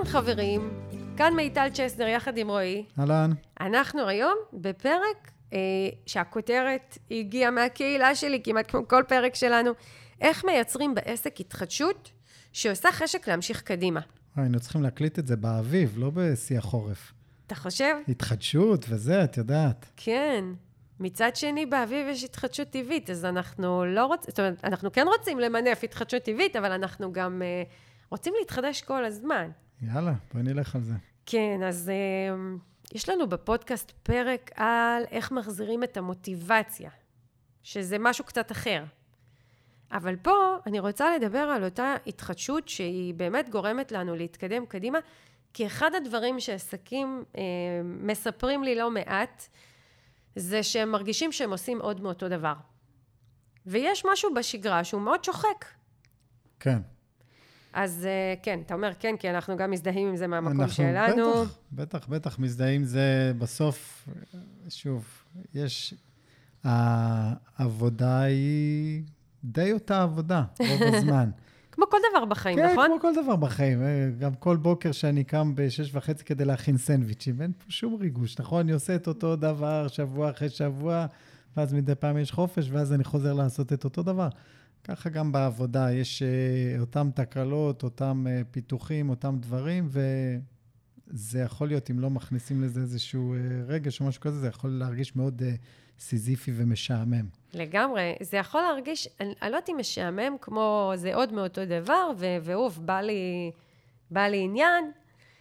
חברים, כאן מיטל צ'סנר יחד עם רועי. אהלן. אנחנו היום בפרק שהכותרת הגיעה מהקהילה שלי, כמעט כמו כל פרק שלנו, איך מייצרים בעסק התחדשות שעושה חשק להמשיך קדימה. היינו צריכים להקליט את זה באביב, לא בשיא החורף. אתה חושב? התחדשות וזה, את יודעת. כן. מצד שני, באביב יש התחדשות טבעית, אז אנחנו לא רוצים, זאת אומרת, אנחנו כן רוצים למנף התחדשות טבעית, אבל אנחנו גם רוצים להתחדש כל הזמן. יאללה, בואי נלך על זה. כן, אז יש לנו בפודקאסט פרק על איך מחזירים את המוטיבציה, שזה משהו קצת אחר. אבל פה אני רוצה לדבר על אותה התחדשות שהיא באמת גורמת לנו להתקדם קדימה, כי אחד הדברים שעסקים מספרים לי לא מעט, זה שהם מרגישים שהם עושים עוד מאותו דבר. ויש משהו בשגרה שהוא מאוד שוחק. כן. אז כן, אתה אומר כן, כי אנחנו גם מזדהים עם זה מהמקום שלנו. בטח מזדהים זה בסוף, שוב, יש, העבודה היא די אותה עבודה, רוב הזמן. כמו כל דבר בחיים, כן, נכון? כן, כמו כל דבר בחיים. גם כל בוקר שאני קם ב-6:30 כדי להכין סנדוויצ'ים, אין פה שום ריגוש, נכון? אני עושה את אותו דבר שבוע אחרי שבוע, ואז מדי פעם יש חופש, ואז אני חוזר לעשות את אותו דבר. ככה גם בעבודה, יש אותם תקלות, אותם פיתוחים, אותם דברים, וזה יכול להיות, אם לא מכניסים לזה איזשהו רגש או משהו כזה, זה יכול להרגיש מאוד סיזיפי ומשעמם. לגמרי, זה יכול להרגיש, אני לא יודעת אם משעמם, כמו זה עוד מאותו דבר, ואוף, בא לי עניין,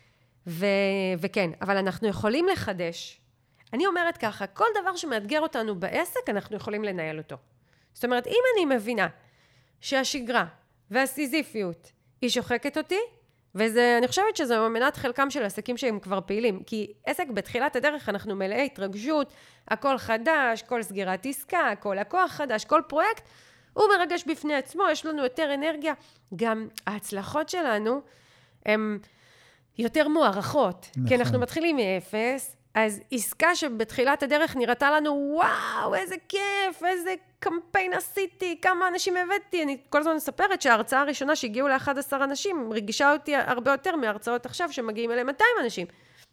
וכן, אבל אנחנו יכולים לחדש. אני אומרת ככה, כל דבר שמאתגר אותנו בעסק, אנחנו יכולים לנהל אותו. זאת אומרת, אם אני מבינה שהשגרה והסיזיפיות היא שוחקת אותי, ואני חושבת שזה מנת חלקם של עסקים שהם כבר פעילים, כי עסק בתחילת הדרך אנחנו מלאי התרגשות, הכל חדש, כל סגירת עסקה, כל לקוח חדש, כל פרויקט, הוא מרגש בפני עצמו, יש לנו יותר אנרגיה. גם ההצלחות שלנו הן יותר מוערכות, נכון. כי אנחנו מתחילים מאפס, אז עסקה שבתחילת הדרך נראתה לנו, וואו, איזה כיף, איזה קמפיין עשיתי, כמה אנשים הבאתי. אני כל הזמן מספרת שההרצאה הראשונה שהגיעו ל11 אנשים, רגישה אותי הרבה יותר מההרצאות עכשיו שמגיעים אליהם 200 אנשים.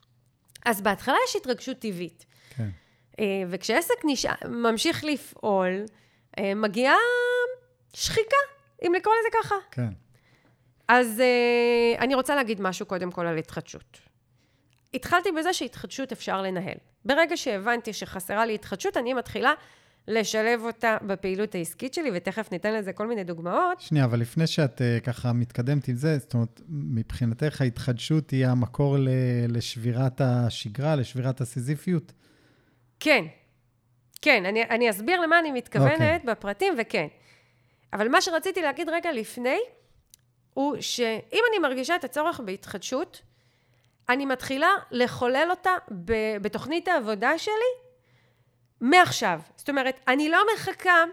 אז בהתחלה יש התרגשות טבעית. כן. וכשעסק ממשיך לפעול, מגיעה שחיקה, אם לקרוא לזה ככה. כן. אז אני רוצה להגיד משהו קודם כל על התחדשות. התחלתי בזה שהתחדשות אפשר לנהל. ברגע שהבנתי שחסרה לי התחדשות, אני מתחילה לשלב אותה בפעילות העסקית שלי, ותכף ניתן לזה כל מיני דוגמאות. שנייה, אבל לפני שאת ככה מתקדמת עם זה, זאת אומרת, מבחינתך ההתחדשות היא המקור לשבירת השגרה, לשבירת הסיזיפיות? כן. כן, אני אסביר למה אני מתכוונת בפרטים, וכן. אבל מה שרציתי להגיד רגע לפני, הוא שאם אני מרגישה את הצורך בהתחדשות, אני מתחילה לחולל אותה בתוכנית העבודה שלי מעכשיו. זאת אומרת, אני לא מחכה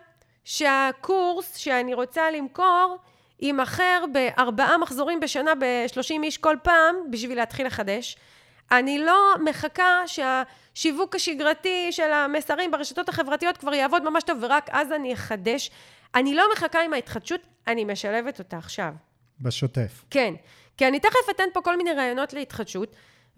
שהקורס שאני רוצה למכור יימכר ב4 מחזורים בשנה ב30 איש כל פעם בשביל להתחיל לחדש. אני לא מחכה שהשיווק השגרתי של המסרים ברשתות החברתיות כבר יעבוד ממש טוב ורק אז אני אחדש. אני לא מחכה עם ההתחדשות, אני משלבת אותה עכשיו. בשוטף. כן. כי אני תכף אתן פה כל מיני רעיונות להתחדשות,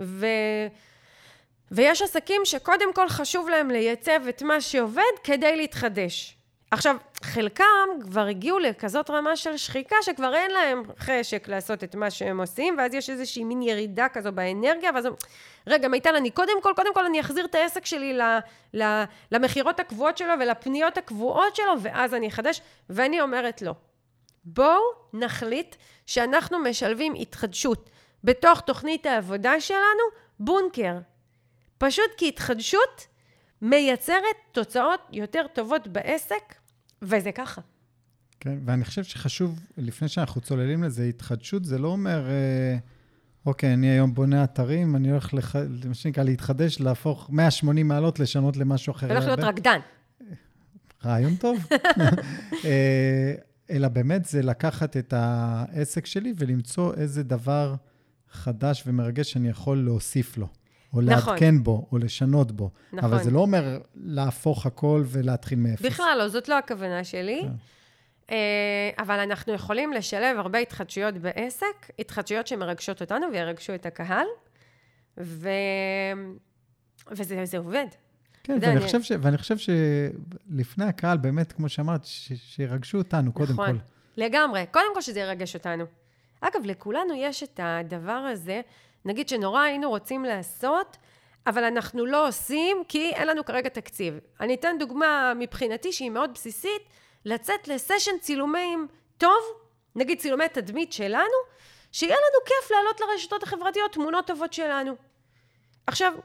ויש עסקים שקודם כל חשוב להם לייצב את מה שעובד כדי להתחדש. עכשיו, חלקם כבר הגיעו לכזאת רמה של שחיקה, שכבר אין להם חשק לעשות את מה שהם עושים, ואז יש איזושהי מין ירידה כזו באנרגיה, ואז רגע, מיטל, אני קודם כל אני אחזיר את העסק שלי למחירות הקבועות שלו, ולפניות הקבועות שלו, ואז אני אחדש, ואני אומרת לו, בואו נחליט שאנחנו משלבים התחדשות בתוך תוכנית העבודה שלנו, בונקר. פשוט כי התחדשות מייצרת תוצאות יותר טובות בעסק, וזה ככה. כן, ואני חושב שחשוב, לפני שאנחנו צוללים לזה, התחדשות זה לא אומר, אוקיי, אני היום בונה אתרים, אני הולך מה שנקרא להתחדש, להפוך 180 מעלות, לשנות למשהו אחר. הולך להיות רקדן. רעיון טוב. אלא באמת זה לקחת את העסק שלי ולמצוא איזה דבר חדש ומרגש שאני יכול להוסיף לו, או לעדכן בו, או לשנות בו. נכון. אבל זה לא אומר להפוך הכל ולהתחיל מאפס. בכלל לא, זאת לא הכוונה שלי. אבל אנחנו יכולים לשלב הרבה התחדשויות בעסק, התחדשויות שמרגשות אותנו וירגשו את הקהל, וזה עובד. כן, ואני חושב שלפני הקהל, באמת, כמו שאמרת, שירגשו אותנו, קודם כל. לגמרי. קודם כל שזה ירגש אותנו. אגב, לכולנו יש את הדבר הזה, נגיד שנורא היינו רוצים לעשות, אבל אנחנו לא עושים, כי אין לנו כרגע תקציב. אני אתן דוגמה מבחינתי שהיא מאוד בסיסית, לצאת לסשן צילומים טוב, נגיד צילומי תדמית שלנו, שיהיה לנו כיף לעלות לרשתות החברתיות תמונות טובות שלנו. עכשיו,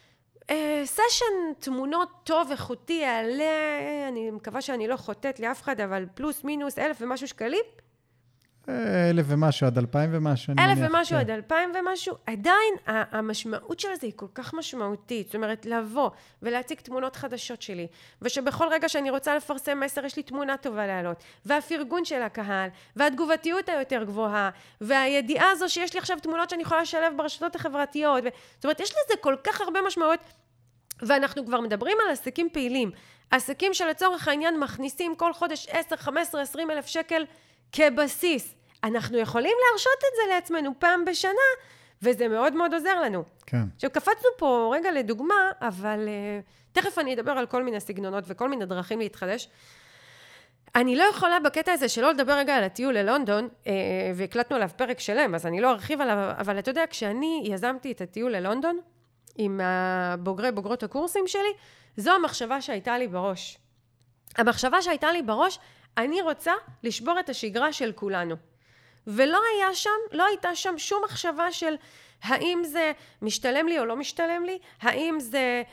סשן תמונות טוב, איכותי, יעלה, אני מקווה שאני לא חוטאת לאף אחד, אבל פלוס מינוס 1,000 ומשהו שקלים. 1,000 ומשהו עד 2,000 ומשהו. 1,000 ומשהו עד 2,000 ומשהו. עדיין המשמעות של זה היא כל כך משמעותית. זאת אומרת, לבוא ולהציג תמונות חדשות שלי, ושבכל רגע שאני רוצה לפרסם מסר, יש לי תמונה טובה לעלות, והפרגון של הקהל, והתגובתיות היותר גבוהה, והידיעה הזו שיש לי עכשיו תמונות שאני יכולה לשלב ברשתות החברתיות. זאת אומרת, יש לזה כל כך הרבה משמעות, ואנחנו כבר מדברים על עסקים פעילים. עסקים שלצורך העניין מכניסים כל חודש 10, 15, 20 אלף שקל כבסיס. אנחנו יכולים להרשות את זה לעצמנו פעם בשנה, וזה מאוד מאוד עוזר לנו. כן. עכשיו, קפצנו פה רגע לדוגמה, אבל תכף אני אדבר על כל מיני סגנונות וכל מיני דרכים להתחדש. אני לא יכולה בקטע הזה שלא לדבר רגע על הטיול ללונדון, והקלטנו עליו פרק שלם, אז אני לא ארחיב עליו, אבל אתה יודע, כשאני יזמתי את הטיול ללונדון, עם בוגרות הקורסים שלי, זו המחשבה שהייתה לי בראש. המחשבה שהייתה לי בראש, אני רוצה לשבור את השגרה של כולנו. ולא הייתה שם שום מחשבה של האם זה משתלם לי או לא משתלם לי, האם זה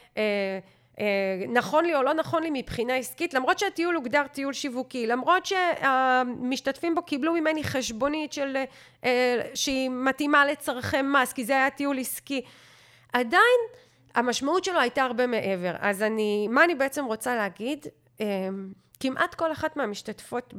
נכון לי או לא נכון לי מבחינה עסקית, למרות שהטיול הוגדר טיול שיווקי, למרות שהמשתתפים בו קיבלו ממני חשבונית שהיא מתאימה לצרכי מס, כי זה היה טיול עסקי. עדיין המשמעות שלו הייתה הרבה מעבר. אז מה אני בעצם רוצה להגיד? כמעט כל אחת מהמשתתפות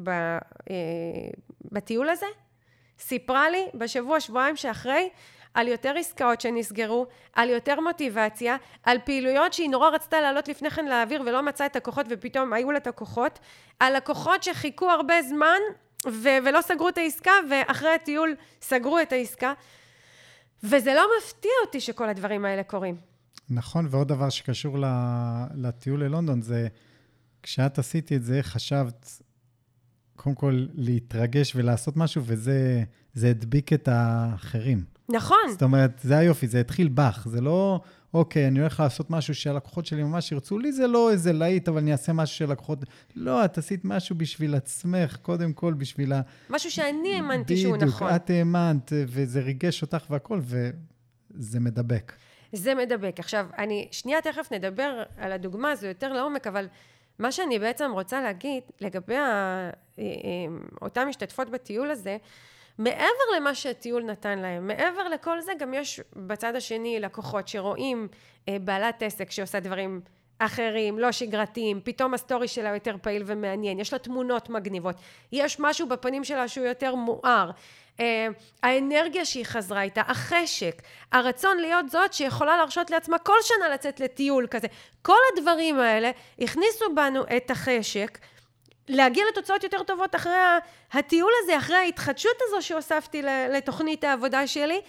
בטיול הזה, סיפרה לי שבועיים שאחרי, על יותר עסקאות שנסגרו, על יותר מוטיבציה, על פעילויות שהיא נורא רצתה לעלות לפני כן לאוויר ולא מצאה את הכוחות ופתאום היו לה את הכוחות, על לקוחות שחיכו הרבה זמן ולא סגרו את העסקה ואחרי הטיול סגרו את העסקה. וזה לא מפתיע אותי שכל הדברים האלה קורים. נכון, ועוד דבר שקשור לטיול ללונדון זה, כשאת עשיתי את זה, חשבת קודם כל להתרגש ולעשות משהו, וזה הדביק את האחרים. נכון. זאת אומרת, זה היופי, זה התחיל בך, זה לא, אוקיי, אני הולך לעשות משהו שהלקוחות שלי ממש ירצו לי, זה לא איזה להיט, אבל אני אעשה משהו שלקוחות, לא, את עשית משהו בשביל עצמך, קודם כל בשביל משהו שאני האמנתי שהוא נכון. בדיוק, את האמנת, וזה ריגש אותך והכל, וזה מדבק. זה מדבק. עכשיו, שנייה תכף נדבר על הדוגמה הזו יותר לעומק, אבל מה שאני בעצם רוצה להגיד לגבי אותם משתתפות בטיול הזה, מעבר למה שהטיול נתן להם, מעבר לכל זה, גם יש בצד השני לקוחות שרואים בעלת עסק שעושה דברים אחרים, לא שגרתיים, פתאום הסטורי שלה יותר פעיל ומעניין, יש לה תמונות מגניבות, יש משהו בפנים שלה שהוא יותר מואר, האנרגיה שהיא חזרה איתה, החשק, הרצון להיות זאת שיכולה להרשות לעצמה כל שנה לצאת לטיול כזה, כל הדברים האלה הכניסו בנו את החשק, להגיע לתוצאות יותר טובות אחרי הטיול הזה, אחרי ההתחדשות הזו שהוספתי לתוכנית העבודה שלי,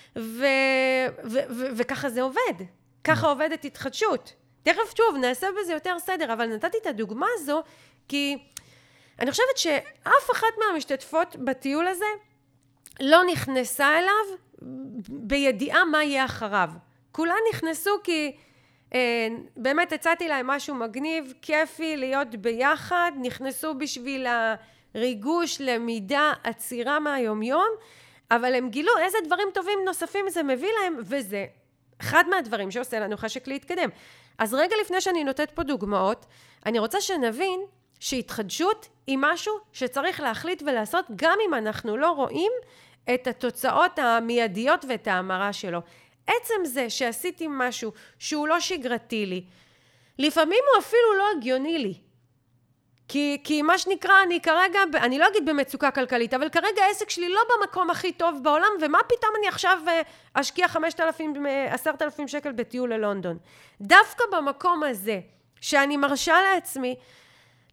וככה זה עובד, ככה עובדת התחדשות. תכף שוב, נעשה בזה יותר סדר, אבל נתתי את הדוגמה הזו, כי אני חושבת שאף אחת מהמשתתפות בטיול הזה, לא נכנסה אליו בידיעה מה יהיה אחריו. כולן נכנסו כי באמת הצעתי להם משהו מגניב, כיפי להיות ביחד, נכנסו בשביל הריגוש, למידה, עצירה מהיום-יום, אבל הם גילו איזה דברים טובים נוספים זה מביא להם, וזה אחד מהדברים שעושה לנו חשק להתקדם. אז רגע לפני שאני נותנת פה דוגמאות, אני רוצה שנבין שהתחדשות היא משהו שצריך להחליט ולעשות, גם אם אנחנו לא רואים את התוצאות המיידיות ואת ההמרה שלו. עצם זה שעשיתי משהו שהוא לא שגרתי לי, לפעמים הוא אפילו לא הגיוני לי. כי מה שנקרא, אני לא אגיד במצוקה כלכלית, אבל כרגע העסק שלי לא במקום הכי טוב בעולם, ומה פתאום אני עכשיו אשקיע 10,000 שקל בטיול ללונדון. דווקא במקום הזה, שאני מרשה לעצמי,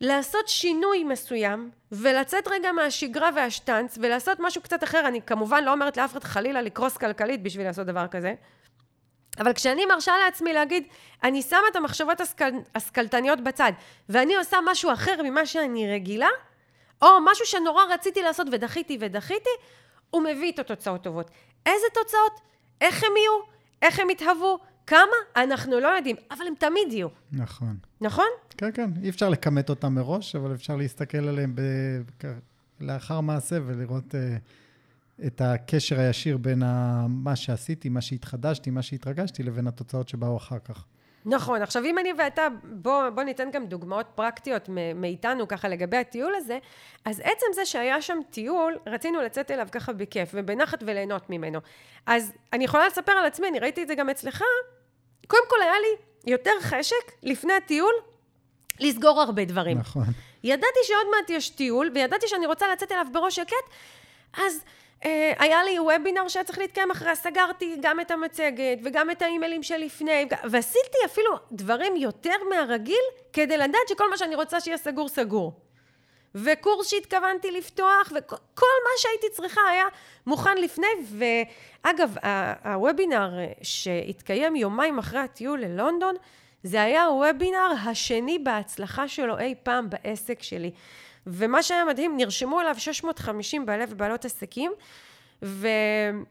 לעשות שינוי מסוים, ולצאת רגע מהשגרה והשטנץ, ולעשות משהו קצת אחר. אני כמובן לא אומרת לאף אחד חלילה לקרוס כלכלית בשביל לעשות דבר כזה, אבל כשאני מרשה לעצמי להגיד, אני שמה את המחשבות הסקלטניות בצד, ואני עושה משהו אחר ממה שאני רגילה, או משהו שנורא רציתי לעשות ודחיתי, הוא מביא איתו תוצאות טובות. איזה תוצאות? איך הם יהיו? איך הם יתהוו? כמה? אנחנו לא יודעים, אבל הם תמיד יהיו. נכון. נכון? כן, כן. אי אפשר לכמת אותם מראש, אבל אפשר להסתכל עליהם לאחר מעשה ולראות את הקשר הישיר בין מה שעשיתי, מה שהתחדשתי, מה שהתרגשתי, לבין התוצאות שבאו אחר כך. נכון. עכשיו, אם אני ואתה, בוא ניתן גם דוגמאות פרקטיות מאיתנו ככה לגבי הטיול הזה, אז עצם זה שהיה שם טיול, רצינו לצאת אליו ככה בכיף ובנחת וליהנות ממנו. אז אני יכולה לספר על עצמי, אני ראיתי את זה גם אצלך, קודם כל היה לי יותר חשק לפני הטיול, לסגור הרבה דברים. נכון. ידעתי שעוד מעט יש טיול, וידעתי שאני רוצה לצאת אליו בראש שקט, אז היה לי וובינר שצריך להתקיים אחרי, סגרתי גם את המצגת וגם את האימיילים שלפני, ועשיתי אפילו דברים יותר מהרגיל, כדי לדעת שכל מה שאני רוצה שיהיה סגור סגור. וקורס שהתכוונתי לפתוח, וכל מה שהייתי צריכה היה מוכן לפני, ואגב, הוובינר שהתקיים יומיים אחרי הטיול ללונדון, זה היה הוובינר השני בהצלחה שלו אי פעם בעסק שלי. ומה שהיה מדהים, נרשמו עליו 650 בעלי ובעלות עסקים, והם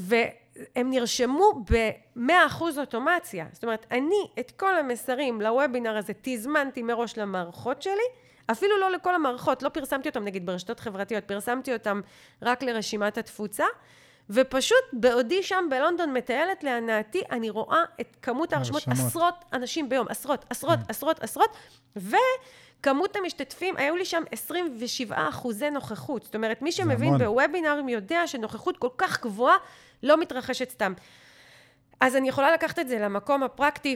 נרשמו ב-100% אוטומציה. זאת אומרת, אני את כל המסרים לוובינר הזה תזמנתי מראש למערכות שלי, אפילו לא לכל המערכות, לא פרסמתי אותם נגיד ברשתות חברתיות, פרסמתי אותם רק לרשימת התפוצה, ופשוט בעודי שם בלונדון מטיילת להנאתי, אני רואה את כמות ההרשמות, עשרות אנשים ביום, עשרות, וכמות המשתתפים, היו לי שם 27% נוכחות. זאת אומרת, מי שמבין בוובינרים יודע שנוכחות כל כך גבוהה, לא מתרחשת סתם. אז אני יכולה לקחת את זה למקום הפרקטי,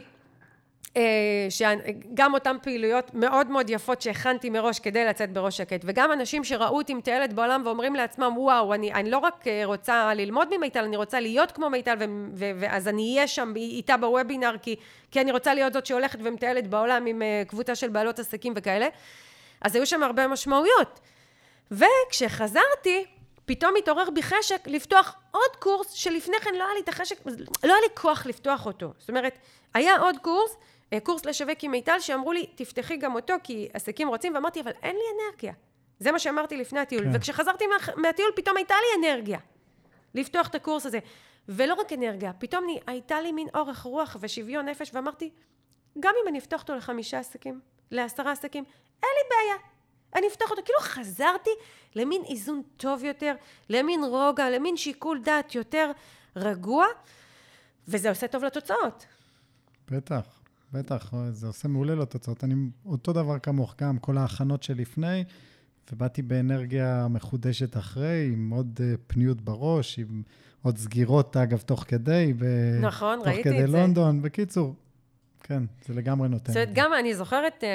שגם אותם פעילויות מאוד מאוד יפות שהכנתי מראש כדי לצאת בראש שקט, וגם אנשים שראו אותי מטיילת בעולם ואומרים לעצמם, וואו, אני לא רק רוצה ללמוד ממיטל, אני רוצה להיות כמו מיטל, ואז אני אהיה שם איתה בוובינר, כי אני רוצה להיות זאת שהולכת ומטיילת בעולם עם קבוצה של בעלות עסקים וכאלה. אז היו שם הרבה משמעויות. וכשחזרתי, פתאום התעורר בי חשק לפתוח עוד קורס שלפני כן לא היה לי את החשק, לא היה לי כוח לפתוח אותו. זאת אומרת, היה עוד קורס לשווק עם מיטל, שאמרו לי, תפתחי גם אותו, כי עסקים רוצים, ואמרתי, אבל אין לי אנרגיה. זה מה שאמרתי לפני הטיול. כן. וכשחזרתי מהטיול, פתאום הייתה לי אנרגיה לפתוח את הקורס הזה. ולא רק אנרגיה, פתאום הייתה לי מין אורך רוח ושוויון נפש, ואמרתי, גם אם אני אפתוח אותו ל5 עסקים, ל10 עסקים, אין לי בעיה. אני אפתח אותו. כאילו חזרתי למין איזון טוב יותר, למין רוגע, למין שיקול דעת יותר רגוע, וזה עושה טוב לתוצאות. בטח, זה עושה מעולה לתוצאות. אני אותו דבר כמוך, גם כל ההכנות שלפני, ובאתי באנרגיה מחודשת אחרי, עם עוד פניות בראש, עם עוד סגירות, אגב, תוך כדי, נכון, ראיתי את זה. תוך כדי לונדון. בקיצור, כן, זה לגמרי נותן. זאת אומרת, גם אני זוכרת,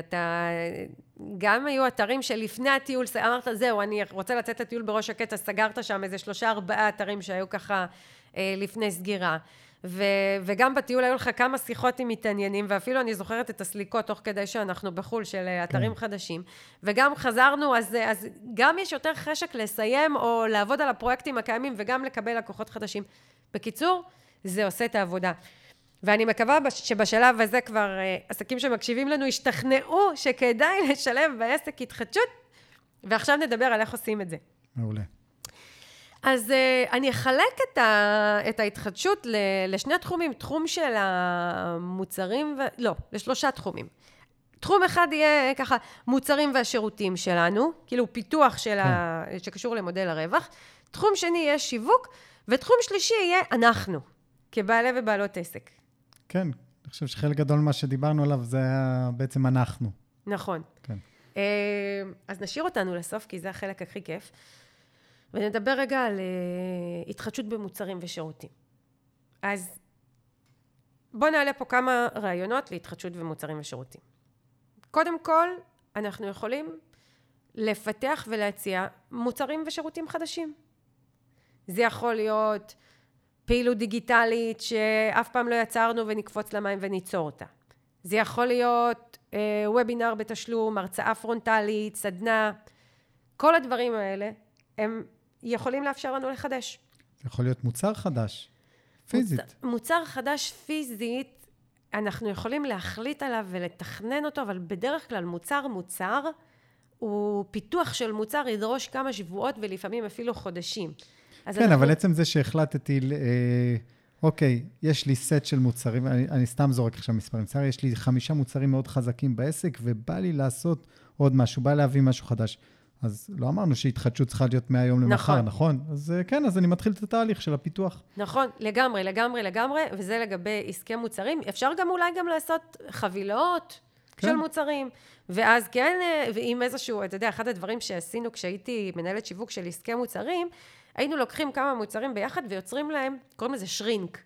גם היו אתרים שלפני הטיול, אמרת, זהו, אני רוצה לצאת לטיול בראש הקטע, סגרת שם איזה 3-4 אתרים שהיו ככה לפני סגירה. וגם בטיול היו לך כמה שיחות עם מתעניינים, ואפילו אני זוכרת את הסליקות תוך כדי שאנחנו בחול של אתרים חדשים, וגם חזרנו, אז גם יש יותר חשק לסיים או לעבוד על הפרויקטים הקיימים, וגם לקבל לקוחות חדשים. בקיצור, זה עושה את העבודה. ואני מקווה שבשלב הזה כבר עסקים שמקשיבים לנו השתכנעו שכדאי לשלב בעסק התחדשות, ועכשיו נדבר על איך עושים את זה. מעולה. אז אני אחלק את ההתחדשות לשני תחומים, תחום של המוצרים, ל3 תחומים. תחום אחד יהיה ככה מוצרים והשירותים שלנו, כאילו פיתוח שקשור למודל הרווח. תחום שני יהיה שיווק, ותחום שלישי יהיה אנחנו, כבעלי ובעלות עסק. כן, אני חושב שחלק גדול מה שדיברנו עליו זה היה בעצם אנחנו. נכון. כן. אז נשאיר אותנו לסוף, כי זה החלק הכי כיף. ונדבר רגע על התחדשות במוצרים ושירותים. אז בואו נעלה פה כמה רעיונות להתחדשות במוצרים ושירותים. קודם כל, אנחנו יכולים לפתח ולהציע מוצרים ושירותים חדשים. זה יכול להיות פעילות דיגיטלית שאף פעם לא יצרנו ונקפוץ למים וניצור אותה. זה יכול להיות וובינר בתשלום, הרצאה פרונטלית, סדנה. כל הדברים האלה, הם יכולים לאפשר לנו לחדש. זה יכול להיות מוצר חדש, פיזית. מוצר חדש פיזית, אנחנו יכולים להחליט עליו ולתכנן אותו, אבל בדרך כלל מוצר, הוא פיתוח של מוצר ידרוש כמה שבועות ולפעמים אפילו חודשים. כן, אבל עצם זה שהחלטתי, אוקיי, יש לי סט של מוצרים, אני סתם זורק עכשיו מספרים, יש לי 5 מוצרים מאוד חזקים בעסק, ובא לי לעשות עוד משהו, בא להביא משהו חדש. אז לא אמרנו שהתחדשות צריכה להיות מהיום למחר, נכון? אז כן, אז אני מתחיל את התהליך של הפיתוח. נכון, לגמרי, וזה לגבי עסקי מוצרים. אפשר גם אולי גם לעשות חבילות של מוצרים, ואז כן, ועם איזשהו, אתה יודע, אחד הדברים שעשינו כשהייתי מנהלת שיווק של עסקי מוצרים, היינו לוקחים כמה מוצרים ביחד ויוצרים להם, קוראים לזה שרינק.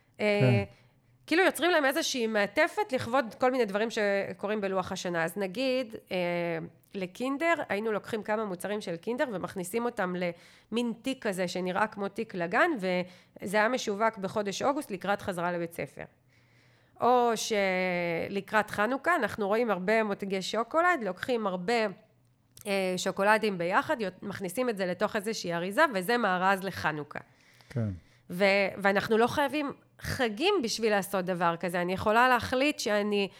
כאילו יוצרים להם איזושהי מעטפת לכבוד כל מיני דברים שקורים בלוח השנה. אז נגיד, לקינדר, היינו לוקחים כמה מוצרים של קינדר ומכניסים אותם למין תיק כזה שנראה כמו תיק לגן, וזה היה משווק בחודש אוגוסט לקראת חזרה לבית ספר. או שלקראת חנוכה, אנחנו רואים הרבה מותגי שוקולד, לוקחים הרבה שוקולדים ביחד, מכניסים את זה לתוך איזושהי אריזה, וזה מארז לחנוכה. כן. ואנחנו לא חייבים חגים בשביל לעשות דבר כזה. אני יכולה להחליט שאני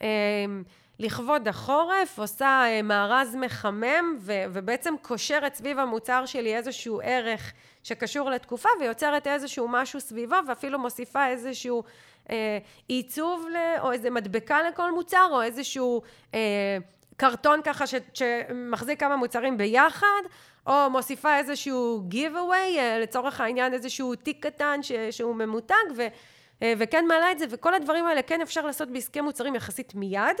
לכבוד החורף עושה מארז מחמם, ובעצם קושרת סביב המוצר שלי איזשהו ערך שקשור לתקופה, ויוצרת איזשהו משהו סביבו, ואפילו מוסיפה איזשהו עיצוב, או איזה מדבקה לכל מוצר, או איזשהו קרטון ככה שמחזיק כמה מוצרים ביחד, או מוסיפה איזשהו giveaway, לצורך העניין איזשהו תיק קטן שהוא ממותג, וכן מעלה את זה, וכל הדברים האלה כן אפשר לעשות בעסקי מוצרים יחסית מיד,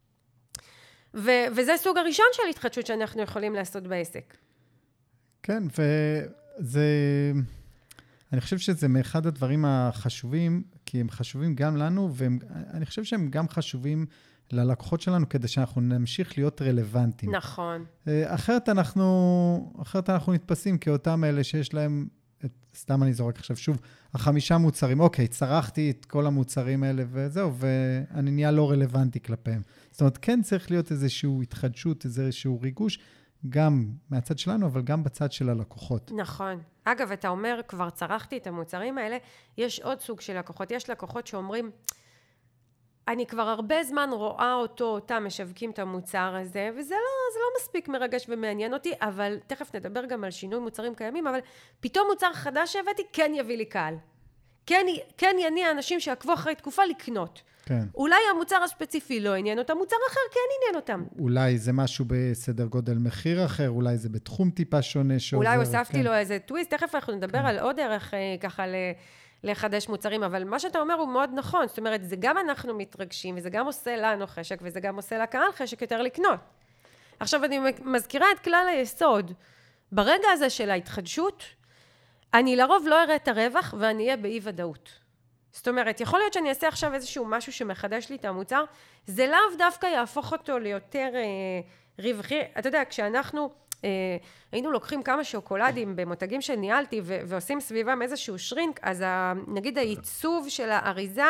וזה סוג הראשון של התחדשות שאנחנו יכולים לעשות בעסק. כן, וזה, אני חושב שזה מאחד הדברים החשובים, כי הם חשובים גם לנו, ואני חושב שהם גם חשובים ללקוחות שלנו, כדי שאנחנו נמשיך להיות רלוונטיים. נכון. אחרת אנחנו נתפסים כאותם אלה שיש להם, סתם אני זורק עכשיו שוב, 5 מוצרים, אוקיי, צרכתי את כל המוצרים האלה וזהו, ואני נהיה לא רלוונטי כלפיהם. זאת אומרת, כן צריך להיות איזשהו התחדשות, איזשהו ריגוש, גם מהצד שלנו, אבל גם בצד של הלקוחות. נכון. אגב, אתה אומר, כבר צרכתי את המוצרים האלה, יש עוד סוג של לקוחות. יש לקוחות שאומרים, אני כבר הרבה זמן רואה אותם משווקים את המוצר הזה, וזה לא מספיק מרגש ומעניין אותי, אבל תכף נדבר גם על שינוי מוצרים קיימים, אבל פתאום מוצר חדש שהבאתי כן יביא לי קהל. כן יניע אנשים שעקבו אחרי תקופה לקנות. כן. אולי המוצר הספציפי לא עניין אותם, מוצר אחר כן עניין אותם. אולי זה משהו בסדר גודל מחיר אחר, אולי זה בתחום טיפה שונה שעוזר. אולי הוספתי לו איזה טוויסט, תכף אנחנו נדבר על עוד דרך ככה לחדש מוצרים, אבל מה שאתה אומר הוא מאוד נכון, זאת אומרת, זה גם אנחנו מתרגשים, וזה גם עושה לנו חשק, וזה גם עושה לקהל חשק יותר לקנות. עכשיו אני מזכירה את כלל היסוד, ברגע הזה של ההתחדשות, אני לרוב לא אראה את הרווח, ואני אהיה באי ודאות. זאת אומרת, יכול להיות שאני אעשה עכשיו איזשהו משהו שמחדש לי את המוצר, זה לאו דווקא יהפוך אותו ליותר רווחי. אתה יודע, כשאנחנו היינו לוקחים כמה שוקולדים במותגים שניהלתי ועושים סביבם איזשהו שרינק, אז נגיד העיצוב של האריזה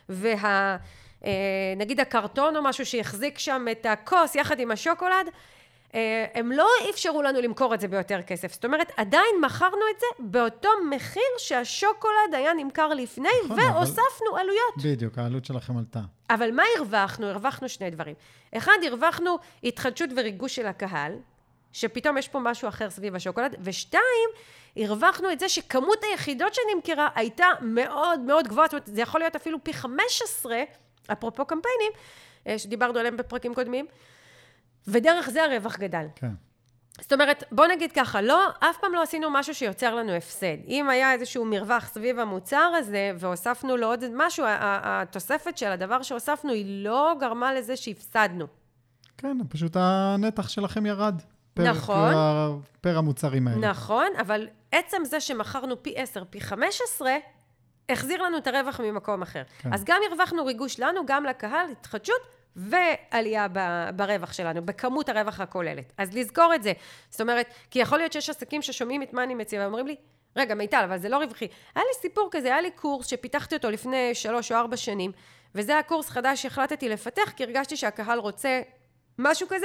נגיד הקרטון או משהו שיחזיק שם את הכוס יחד עם השוקולד, הם לא אפשרו לנו למכור את זה ביותר כסף. זאת אומרת, עדיין מכרנו את זה באותו מחיר שהשוקולד היה נמכר לפני, נכון, והוספנו עלויות. בדיוק, העלות שלכם עלתה. אבל מה הרווחנו? הרווחנו 2 דברים. אחד, הרווחנו התחדשות וריגוש של הקהל, שפתאום יש פה משהו אחר סביב השוקולד, ו2, הרווחנו את זה שכמות היחידות שנמכרה הייתה מאוד מאוד גבוהה, זאת אומרת, זה יכול להיות אפילו פי 15, אפרופו קמפיינים, שדיברנו עליהם בפרקים קודמים, ודרך זה הרווח גדל. כן. זאת אומרת, בוא נגיד ככה, אף פעם לא עשינו משהו שיוצר לנו הפסד. אם היה איזשהו מרווח סביב המוצר הזה, והוספנו לו עוד משהו, התוספת של הדבר שהוספנו, היא לא גרמה לזה שהפסדנו. כן, פשוט הנתח שלכם ירד. נכון. פר המוצרים האלה. נכון, אבל עצם זה שמכרנו פי 10, פי 15, החזיר לנו את הרווח ממקום אחר. כן. אז גם הרווחנו ריגוש לנו, גם לקהל, התחדשות, ועלייה ברווח שלנו, בכמות הרווח הכוללת. אז לזכור את זה. זאת אומרת, כי יכול להיות שיש עסקים ששומעים את מה אני מציעה, ואומרים לי, רגע, מיטל, אבל זה לא רווחי. היה לי סיפור כזה, היה לי קורס שפיתחתי אותו לפני 3 או 4 שנים, וזה הקורס חדש שהחלטתי לפתח, כי הרגשתי שהקהל רוצה משהו כזה,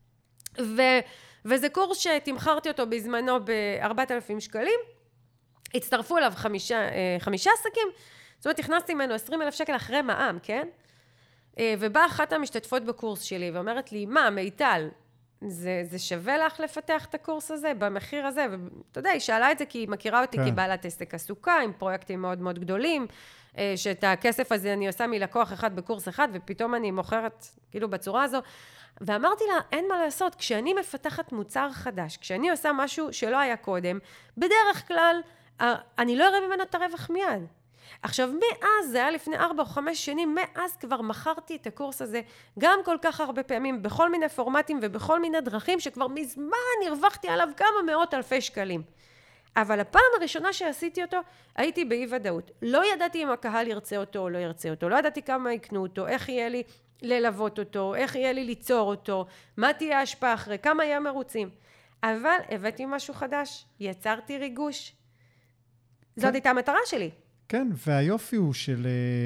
וזה קורס שתמכרתי אותו בזמנו ב-4,000 שקלים, הצטרפו אליו 5 עסקים, זאת אומרת, הכנסתי ממנו 20,000 שקל אחרי מע"מ, כן? ובאה אחת המשתתפות בקורס שלי, ואומרת לי, מה, מיטל, זה שווה לך לפתח את הקורס הזה, במחיר הזה? ואתה יודע, היא שאלה את זה כי היא מכירה אותי כבעלת עסק עסוקה, עם פרויקטים מאוד מאוד גדולים, שאת הכסף הזה אני עושה מלקוח אחד בקורס אחד, ופתאום אני מוכרת כאילו בצורה הזו. ואמרתי לה, אין מה לעשות, כשאני מפתחת מוצר חדש, כשאני עושה משהו שלא היה קודם, בדרך כלל, אני לא אראה ממנו את הרווח מיד. עכשיו, מאז, זה היה לפני 4 או 5 שנים, מאז כבר מכרתי את הקורס הזה, גם כל כך הרבה פעמים, בכל מיני פורמטים ובכל מיני דרכים, שכבר מזמן הרווחתי עליו כמה מאות אלפי שקלים. אבל הפעם הראשונה שעשיתי אותו, הייתי באי ודאות. לא ידעתי אם הקהל ירצה אותו או לא ירצה אותו, לא ידעתי כמה יקנו אותו, איך יהיה לי ללוות אותו, איך יהיה לי ליצור אותו, מה תהיה ההשפעה אחרי, כמה יהיה מרוצים. אבל הבאתי משהו חדש, יצרתי ריגוש. זאת הייתה המטרה שלי. כן, והיופי הוא של,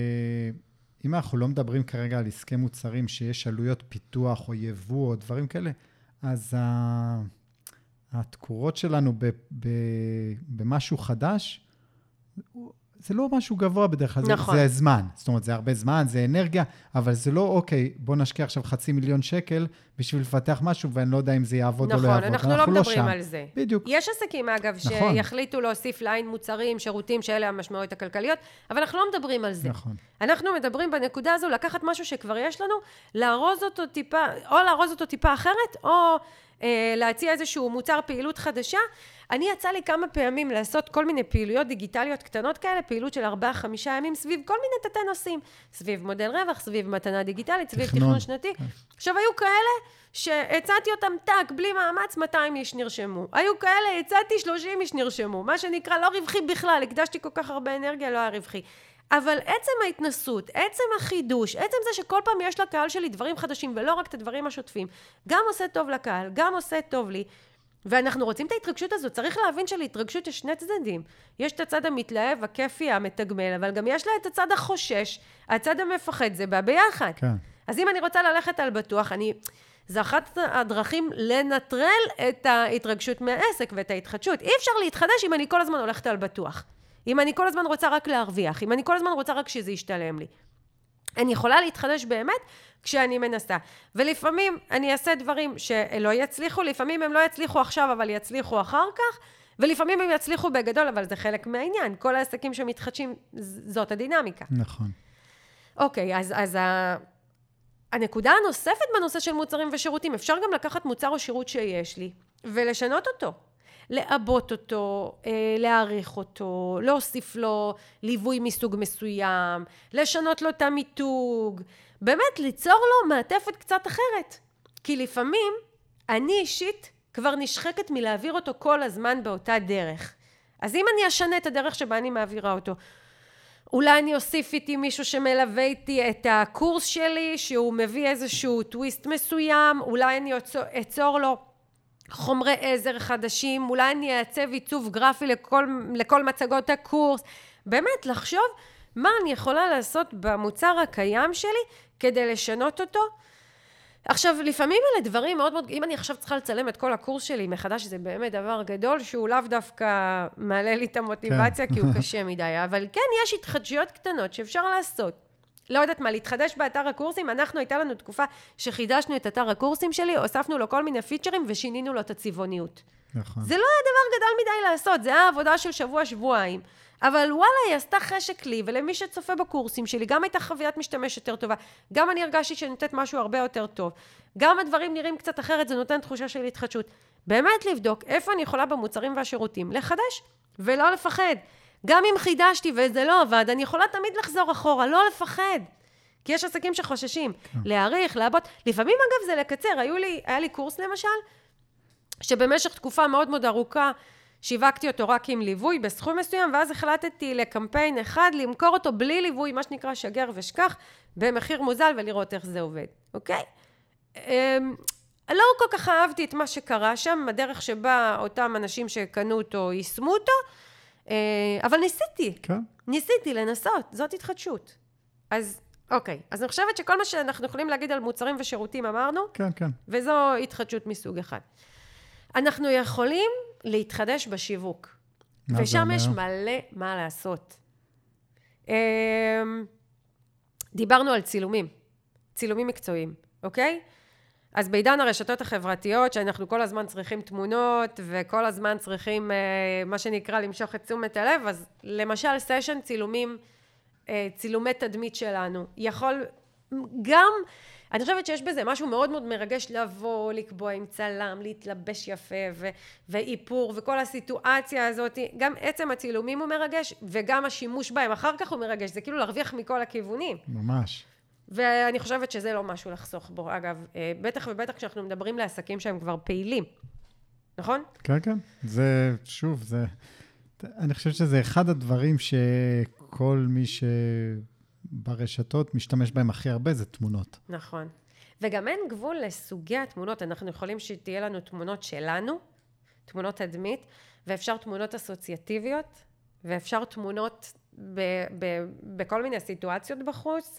אם אנחנו לא מדברים כרגע על עסקי מוצרים שיש עלויות פיתוח או יבוא או דברים כאלה, אז התקורות שלנו במשהו חדש, זה לא משהו גבוה בדרך כלל, נכון. זה זמן, זאת אומרת, זה הרבה זמן, זה אנרגיה, אבל זה לא, אוקיי, בוא נשקיע עכשיו 500,000 שקל בשביל לפתח משהו, ואני לא יודע אם זה יעבוד נכון, או לא יעבוד. אנחנו לא מדברים על זה. בדיוק. יש עסקים, אגב, נכון. שיחליטו להוסיף ליין מוצרים, שירותים, שאלה המשמעויות הכלכליות, אבל אנחנו לא מדברים על זה. נכון. אנחנו מדברים בנקודה הזו, לקחת משהו שכבר יש לנו, לארוז אותו טיפה, או לארוז אותו טיפה אחרת, או להציע איזשהו מוצר פעילות חדשה. אני יצא לי כמה פעמים לעשות כל מיני פעילויות דיגיטליות קטנות כאלה, פעילות של 4-5 ימים סביב כל מיני תתי נושאים, סביב מודל רווח, סביב מתנה דיגיטלית, סביב תכנון שנתי. עכשיו, היו כאלה שהצעתי אותם טק, בלי מאמץ, 200 איש נרשמו. היו כאלה, הצעתי 30 איש נרשמו, מה שנקרא לא רווחי בכלל, הקדשתי כל כך הרבה אנרגיה, לא היה רווחי. אבל עצם ההתנסות, עצם החידוש, עצם זה שכל פעם יש לקהל שלי דברים חדשים, ולא רק את הדברים השוטפים, גם עושה טוב לקהל, גם עושה טוב לי, ואנחנו רוצים את ההתרגשות הזו. צריך להבין שלהתרגשות יש 2 צדדים. יש את הצד המתלהב, הכיפי, המתגמל, אבל גם יש לה את הצד החושש, הצד המפחד, זה בא ביחד. כן. אז אם אני רוצה ללכת על בטוח, זה אחת הדרכים לנטרל את ההתרגשות מהעסק ואת ההתחדשות. אי אפשר להתחדש אם אני כל הזמן הולכת על בטוח. אם אני כל הזמן רוצה רק להרוויח, אם אני כל הזמן רוצה רק שזה ישתלם לי. אני יכולה להתחדש באמת כשאני מנסה. ולפעמים אני אעשה דברים שלא יצליחו, לפעמים הם לא יצליחו עכשיו, אבל יצליחו אחר כך, ולפעמים הם יצליחו בגדול, אבל זה חלק מהעניין. כל העסקים שמתחדשים, זאת הדינמיקה. נכון. אוקיי, אז הנקודה הנוספת בנושא של מוצרים ושירותים, אפשר גם לקחת מוצר או שירות שיש לי, ולשנות אותו. לעבות אותו, להעריך אותו, להוסיף לו ליווי מסוג מסוים, לשנות לו את המיתוג, באמת ליצור לו מעטפת קצת אחרת. כי לפעמים אני אישית כבר נשחקת מלהעביר אותו כל הזמן באותה דרך. אז אם אני אשנה את הדרך שבה אני מעבירה אותו, אולי אני אוסיף איתי מישהו שמלווה איתי את הקורס שלי, שהוא מביא איזשהו טוויסט מסוים, אולי אני אצור לו חומרי עזר חדשים, אולי אני אעצב עיצוב גרפי לכל מצגות הקורס, באמת לחשוב מה אני יכולה לעשות במוצר הקיים שלי כדי לשנות אותו. עכשיו, לפעמים אלה דברים מאוד מאוד, אם אני עכשיו צריכה לצלם את כל הקורס שלי מחדש, זה באמת דבר גדול שהוא לאו דווקא מעלה לי את המוטיבציה, כי הוא קשה מדי, אבל כן, יש התחדשויות קטנות שאפשר לעשות. לא יודעת מה, להתחדש באתר הקורסים, הייתה לנו תקופה שחידשנו את אתר הקורסים שלי, הוספנו לו כל מיני פיצ'רים ושינינו לו את הצבעוניות. נכון. זה לא היה דבר גדול מדי לעשות, זה היה עבודה של שבוע-שבועיים, אבל וואלה, היא עשתה חשק לי, ולמי שצופה בקורסים שלי, גם הייתה חוויית משתמש יותר טובה, גם אני הרגשתי שנותנת משהו הרבה יותר טוב, גם הדברים נראים קצת אחרת, זה נותן תחושה של התחדשות. באמת לבדוק איפה אני יכולה במוצרים והשירותים, לחדש ולא לפחד. גם אם חידשתי וזה לא עבד, אני יכולה תמיד לחזור אחורה, לא לפחד. כי יש עסקים שחוששים, להעריך, לעבוד. לפעמים אגב זה לקצר, היה לי קורס למשל, שבמשך תקופה מאוד מאוד ארוכה, שיווקתי אותו רק עם ליווי בסכום מסוים, ואז החלטתי לקמפיין אחד, למכור אותו בלי ליווי, מה שנקרא שגר ושכח, במחיר מוזל ולראות איך זה עובד, אוקיי? לא כל כך אהבתי את מה שקרה שם, הדרך שבה אותם אנשים שקנו אותו, יישמו אותו, אבל ניסיתי לנסות, זאת התחדשות. אז אוקיי, אז אני חושבת שכל מה שאנחנו יכולים להגיד על מוצרים ושירותים אמרנו, כן, כן. וזו התחדשות מסוג אחד. אנחנו יכולים להתחדש בשיווק, ושם יש מלא מה לעשות. דיברנו על צילומים מקצועיים, אוקיי? אז בעידן הרשתות החברתיות, שאנחנו כל הזמן צריכים תמונות, וכל הזמן צריכים, מה שנקרא, למשוך את תשומת הלב, אז למשל סשן צילומי תדמית שלנו, יכול גם, אני חושבת שיש בזה משהו מאוד מאוד מרגש לבוא, לקבוע עם צלם, להתלבש יפה ואיפור וכל הסיטואציה הזאת, גם עצם הצילומים הוא מרגש וגם השימוש בהם אחר כך הוא מרגש, זה כאילו להרוויח מכל הכיוונים. ממש. ואני חושבת שזה לא משהו לחסוך בו, אגב, בטח ובטח כשאנחנו מדברים לעסקים שהם כבר פעילים, נכון? כן, כן. זה, שוב, אני חושב שזה אחד הדברים שכל מי ברשתות משתמש בהם הכי הרבה, זה תמונות. נכון. וגם אין גבול לסוגי התמונות. אנחנו יכולים שתהיה לנו תמונות שלנו, תמונות תדמית, ואפשר תמונות אסוציאטיביות, ואפשר תמונות בכל מיני סיטואציות בחוץ.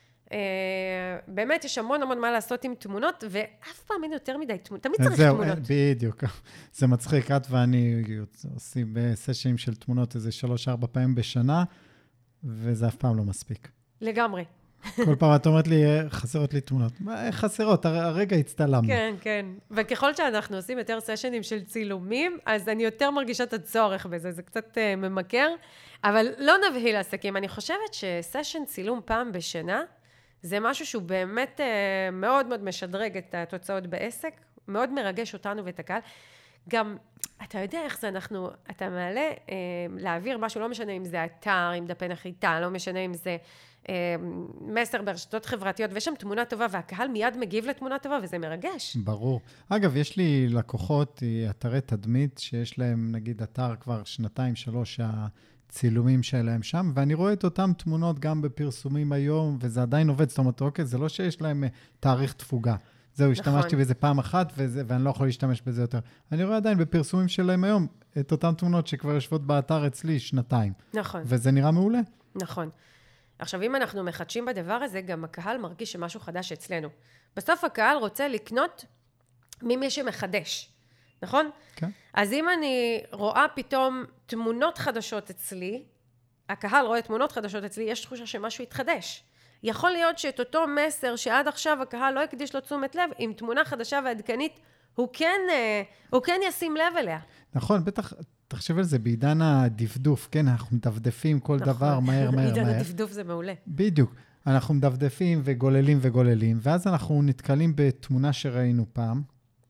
באמת יש המון מה לעשות עם תמונות, ואף פעם אין יותר מדי תמונות. תמיד צריך תמונות. בדיוק. זה מצחיק, את ואני עושים בסשנים של תמונות איזה 3-4 פעמים בשנה, וזה אף פעם לא מספיק. לגמרי. כל פעם את אומרת לי, חסרות לי תמונות. חסרות, הרגע הצטלמנו. כן, כן. וככל שאנחנו עושים יותר סשנים של צילומים, אז אני יותר מרגישה את הצורך בזה, זה קצת ממכר, אבל לא נבהיל עסקים. אני חושבת שסשן צילום פעם בשנה, זה משהו שהוא באמת מאוד מאוד משדרג את התוצאות בעסק, מאוד מרגש אותנו ואת הקהל. גם, אתה יודע איך זה אתה מעלה להעביר משהו, לא משנה אם זה אתר, אם דפי נחיתה, לא משנה אם זה מסר ברשתות חברתיות, ויש שם תמונה טובה, והקהל מיד מגיב לתמונה טובה, וזה מרגש. ברור. אגב, יש לי לקוחות, אתרי תדמית, שיש להם, נגיד, אתר כבר 2-3 הצילומים שלהם שם, ואני רואה את אותם תמונות גם בפרסומים היום, וזה עדיין עובד, זאת אומרת, אוקיי, זה לא שיש להם תאריך תפוגה. זהו, השתמשתי בזה פעם אחת, ואני לא יכול להשתמש בזה יותר. אני רואה עדיין בפרסומים שלהם היום, את אותן תמונות שכבר יושבות באתר אצלי 2. נכון. וזה נראה מעולה. נכון. עכשיו, אם אנחנו מחדשים בדבר הזה, גם הקהל מרגיש שמשהו חדש אצלנו. בסוף הקהל רוצה לקנות ממי שמחדש, נכון? כן. אז אם אני רואה פתאום תמונות חדשות אצלי, הקהל רואה תמונות חדשות אצלי, יש תחושה שמשהו יתחדש. יכול להיות שאת אותו מסר שעד עכשיו הקהל לא יקדיש לו תשומת לב, עם תמונה חדשה ועדכנית, הוא כן ישים לב אליה. נכון, בטח, תחשב על זה, בעידן הדפדוף, כן, אנחנו מדפדפים כל דבר מהר. בעידן הדפדוף זה מעולה. בדיוק, אנחנו מדפדפים וגוללים, ואז אנחנו נתקלים בתמונה שראינו פעם,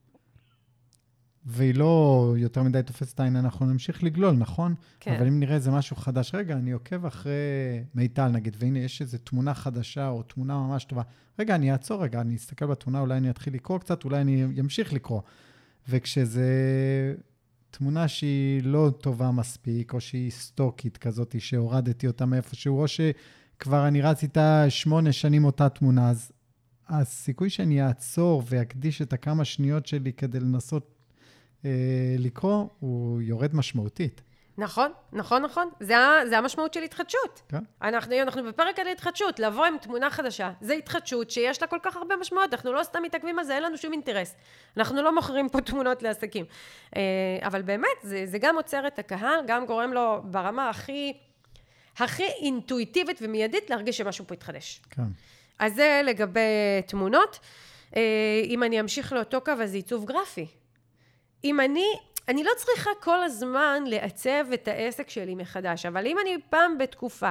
והיא לא יותר מדי תופסת העין, אנחנו נמשיך לגלול, נכון? כן. אבל אם נראה איזה משהו חדש, רגע, אני עוקב אחרי מיטל, נגיד, והנה יש איזו תמונה חדשה, או תמונה ממש טובה. רגע, אני אעצור רגע, אני אסתכל בתמונה, אולי אני אתחיל לקרוא קצת, אולי אני אמשיך לקרוא. וכשזה תמונה שהיא לא טובה מספיק, או שהיא סטוקית כזאת, שהורדתי אותה מאיפשהו, או שכבר אני רץ איתה 8 שנים אותה תמונה, אז הסיכוי שאני אעצור ואקדיש את הכמה שניות שלי כדי לנסות לקרוא, הוא יורד משמעותית. נכון. זה המשמעות של התחדשות. כן. אנחנו בפרק על התחדשות, לבוא עם תמונה חדשה. זה התחדשות שיש לה כל כך הרבה משמעות. אנחנו לא סתם מתעכבים על זה, אין לנו שום אינטרס. אנחנו לא מוכרים פה תמונות לעסקים. אבל באמת, זה גם עוצר את הקהל, גם גורם לו ברמה הכי אינטואיטיבית ומיידית להרגיש שמשהו פה יתחדש. כן. אז זה לגבי תמונות. אם אני אמשיך לאותו קו, אז זה עיצוב גרפי. אם אני לא צריכה כל הזמן לעצב את העסק שלי מחדש, אבל אם אני פעם בתקופה,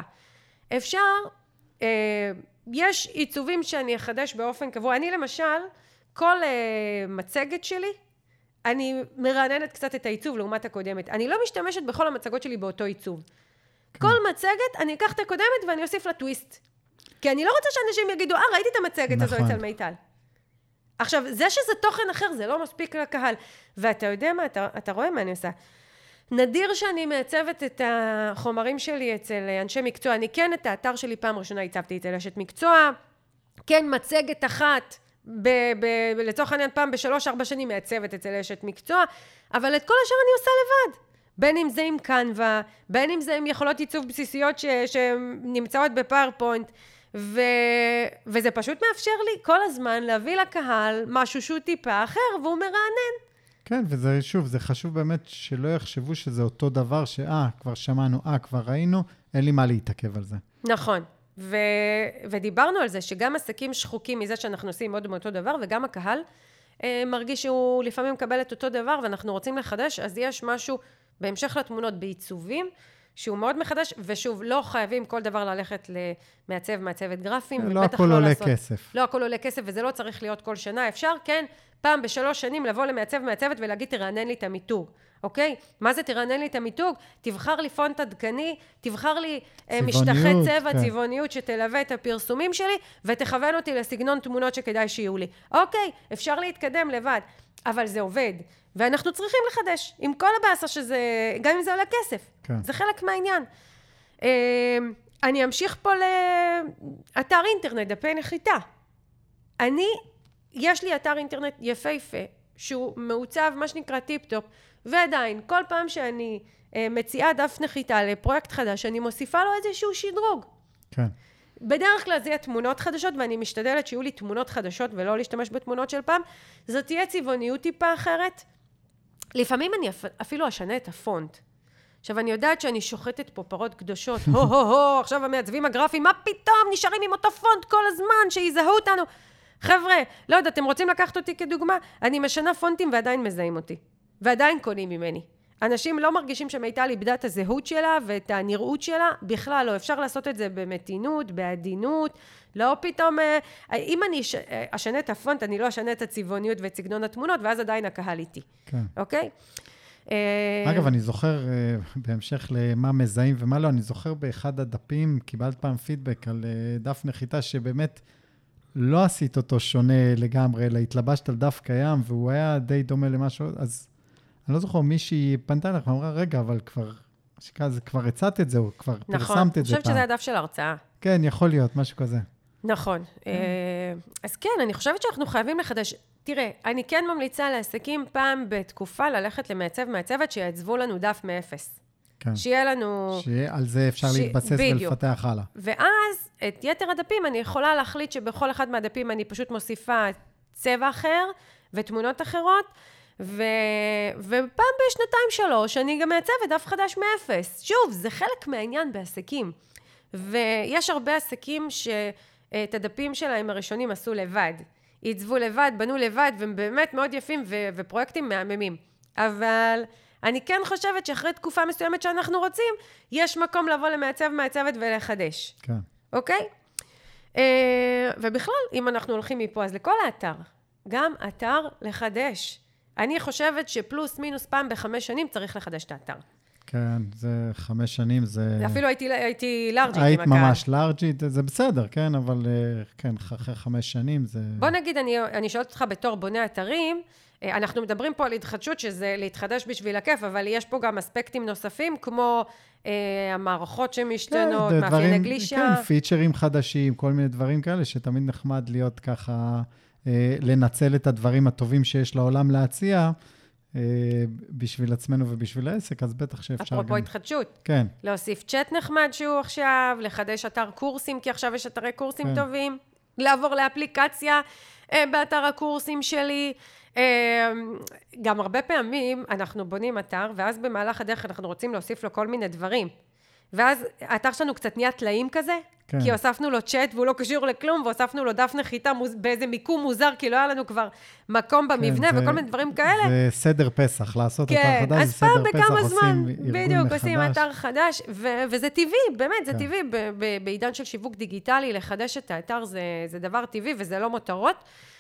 יש עיצובים שאני אחדש באופן קבוע. אני למשל, כל מצגת שלי, אני מרעננת קצת את העיצוב לעומת הקודמת. אני לא משתמשת בכל המצגות שלי באותו עיצוב. כל מצגת, אני אקח את הקודמת ואני אוסיף לה טוויסט. כי אני לא רוצה שאנשים יגידו, ראיתי את המצגת הזו אצל מיטל. עכשיו, זה שזה תוכן אחר, זה לא מספיק לקהל. ואתה יודע מה, אתה רואה מה אני עושה. נדיר שאני מעצבת את החומרים שלי אצל אנשי מקצוע. אני כן את האתר שלי פעם ראשונה הצבתי אצל אשת מקצוע. כן, מצגת אחת, לצורך העניין פעם ב3-4 שנים מעצבת אצל אשת מקצוע. אבל את כל השאר אני עושה לבד. בין אם זה עם קנווה, בין אם זה עם יכולות עיצוב בסיסיות שנמצאות בפאורפוינט. וזה פשוט מאפשר לי כל הזמן להביא לקהל משהו שהוא טיפה אחר, והוא מרענן. כן, וזה שוב, זה חשוב באמת שלא יחשבו שזה אותו דבר, כבר שמענו, כבר ראינו, אין לי מה להתעכב על זה. נכון. ודיברנו על זה שגם עסקים שחוקים מזה שאנחנו עושים עוד מאותו דבר, וגם הקהל מרגיש שהוא לפעמים מקבל את אותו דבר, ואנחנו רוצים לחדש, אז יש משהו בהמשך לתמונות בעיצובים, שהוא מאוד מחדש, ושוב, לא חייבים כל דבר ללכת מעצבת גרפים. לא הכל עולה כסף. לא הכל עולה כסף, וזה לא צריך להיות כל שנה. אפשר, כן, פעם ב3 שנים לבוא מעצבת ולהגיד, תרענן לי את המיתוג. אוקיי? מה זה תרענן לי את המיתוג? תבחר לי פונט עדכני, תבחר לי משטחי צבע, צבעוניות שתלווה את הפרסומים שלי, ותכוון אותי לסגנון תמונות שכדאי שיהיו לי. אוקיי, אפשר להתקדם לבד, אבל זה עובד. ואנחנו צריכים לחדש, עם כל הבאסה שזה, גם אם זה עולה כסף. כן. זה חלק מהעניין. אני אמשיך פה לאתר אינטרנט, דפי נחיתה. יש לי אתר אינטרנט יפהפה, שהוא מעוצב, מה שנקרא טיפ-טופ, ועדיין, כל פעם שאני מציעה דף נחיתה לפרויקט חדש, אני מוסיפה לו איזשהו שדרוג. כן. בדרך כלל זה יהיה תמונות חדשות, ואני משתדלת שיהיו לי תמונות חדשות, ולא להשתמש בתמונות של פעם. זאת תהיה צבעוניות טיפה אחרת. לפעמים אני אפילו אשנה את הפונט. עכשיו, אני יודעת שאני שוחטת פה פרות קדושות. עכשיו המעצבים הגרפיים, מה פתאום? נשארים עם אותו פונט כל הזמן, שיזהו אותנו. חבר'ה, לא יודע, אתם רוצים לקחת אותי כדוגמה? אני משנה פונטים ועדיין מזהים אותי. ועדיין קונים ממני. אנשים לא מרגישים שמיטל איבדה את הזהות שלה ואת הנראות שלה, בכלל לא. אפשר לעשות את זה במתינות, בעדינות, לא פתאום... אם אני אשנה את הפונט, אני לא אשנה את הצבעוניות ואת סגנון התמונות, ואז עדיין הקהל איתי. כן. אוקיי? אגב, אני זוכר, בהמשך למה מזהים ומה לא, אני זוכר באחד הדפים, קיבלת פעם פידבק על דף נחיתה, שבאמת לא עשית אותו שונה לגמרי, אלא התלבשת על דף קיים, והוא היה די דומה למשהו, אז אני לא זוכר, מישהי פנתה לך, ואמרה, רגע, אבל כבר הצעת את זה, או כבר פרסמת את זה פעם. נכון, אני חושבת שזה הדף של ההרצאה. כן, יכול להיות, משהו כזה. נכון. אז כן, אני חושבת שאנחנו חייבים לחדש. תראה, אני כן ממליצה לעסקים פעם בתקופה ללכת למעצבת שיעצבו לנו דף מאפס. כן. שיהיה לנו... על זה אפשר להתבסס ולפתח הלאה. ואז את יתר הדפים אני יכולה להחליט שבכל אחד מהדפים אני פשוט מוסיפה צבע אחר ותמונות אחרות, ופעם ב2-3 אני גם מעצבת דף חדש מאפס. שוב, זה חלק מהעניין בעסקים. ויש הרבה עסקים שאת הדפים שלהם הראשונים עשו לבד. עיצבו לבד, בנו לבד, והם באמת מאוד יפים ופרויקטים מהממים. אבל אני כן חושבת שאחרי תקופה מסוימת שאנחנו רוצים, יש מקום לבוא למעצבת ולחדש. כן. אוקיי? ובכלל, אם אנחנו הולכים מפה, אז לכל האתר, גם אתר לחדש. אני חושבת שפלוס מינוס פעם ב5 שנים צריך לחדש את האתר. כן, זה 5 שנים, זה... אפילו הייתי לארג'ית עם הקהל. היית ממש לארג'ית, זה בסדר, כן, אבל כן, אחרי 5 שנים זה... בוא נגיד, אני שואלת אותך בתור בונה אתרים, אנחנו מדברים פה על התחדשות, שזה להתחדש בשביל הכיף, אבל יש פה גם אספקטים נוספים, כמו המערכות שמשתנות, מאפייני גלישה. כן, פיצ'רים חדשים, כל מיני דברים כאלה, שתמיד נחמד להיות ככה, לנצל את הדברים הטובים שיש לעולם להציע, בשביל עצמנו ובשביל העסק, אז בטח שאפשר גם... אפרופו התחדשות. כן. להוסיף צ'אט נחמד שהוא עכשיו, לחדש אתר קורסים, כי עכשיו יש אתרי קורסים טובים, לעבור לאפליקציה באתר הקורסים שלי. גם הרבה פעמים אנחנו בונים אתר, ואז במהלך הדרך אנחנו רוצים להוסיף לו כל מיני דברים. ואז האתר שלנו קצת נהיה תלאים כזה, כן. כי הוספנו לו צ'אט והוא לא קשור לכלום, והוספנו לו דף נחיתה באיזה מיקום מוזר, כי לא היה לנו כבר מקום במבנה, כן, וכל מיני דברים כאלה. זה סדר פסח, לעשות כן, אתר חדש, זה סדר פסח, עושים ארגון בדיוק, עושים אתר חדש, וזה טבעי, באמת, זה כן. טבעי, בעידן של שיווק דיגיטלי, לחדש את האתר זה דבר טבעי, וזה לא מותרות.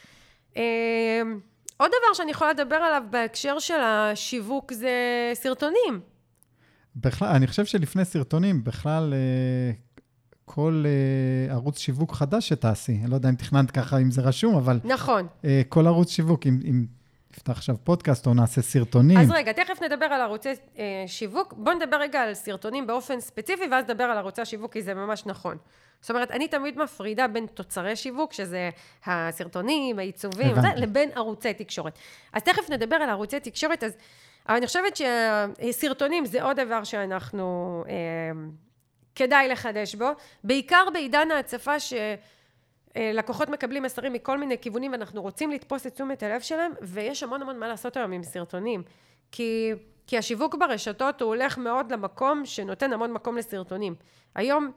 עוד דבר שאני יכולה לדבר עליו בהקשר של השיווק זה סרטונים. בכלל, אני חושב שלפני סרטונים, בכלל כל ערוץ שיווק חדש שתעשי, אני לא יודע אם תכננת ככה, אם זה רשום, אבל... נכון. כל ערוץ שיווק, אם נפתח עכשיו פודקאסט או נעשה סרטונים... אז רגע, תכף נדבר על ערוצי שיווק, בוא נדבר רגע על סרטונים באופן ספציפי, ואז נדבר על ערוצי השיווק, כי זה ממש נכון. זאת אומרת, אני תמיד מפרידה בין תוצרי שיווק, שזה הסרטונים, העיצובים, לבין ערוצי תקשורת. אז תכף נדבר על ערוצי תקשורת, אז אני חושבת שסרטונים זה עוד דבר שאנחנו כדאי לחדש בו, בעיקר בעידן ההצפה שלקוחות מקבלים מסרים מכל מיני כיוונים, ואנחנו רוצים לתפוס את תשומת הלב שלהם, ויש המון המון מה לעשות היום עם סרטונים, כי השיווק ברשתות הוא הולך מאוד למקום שנותן המון מקום לסרטונים. היום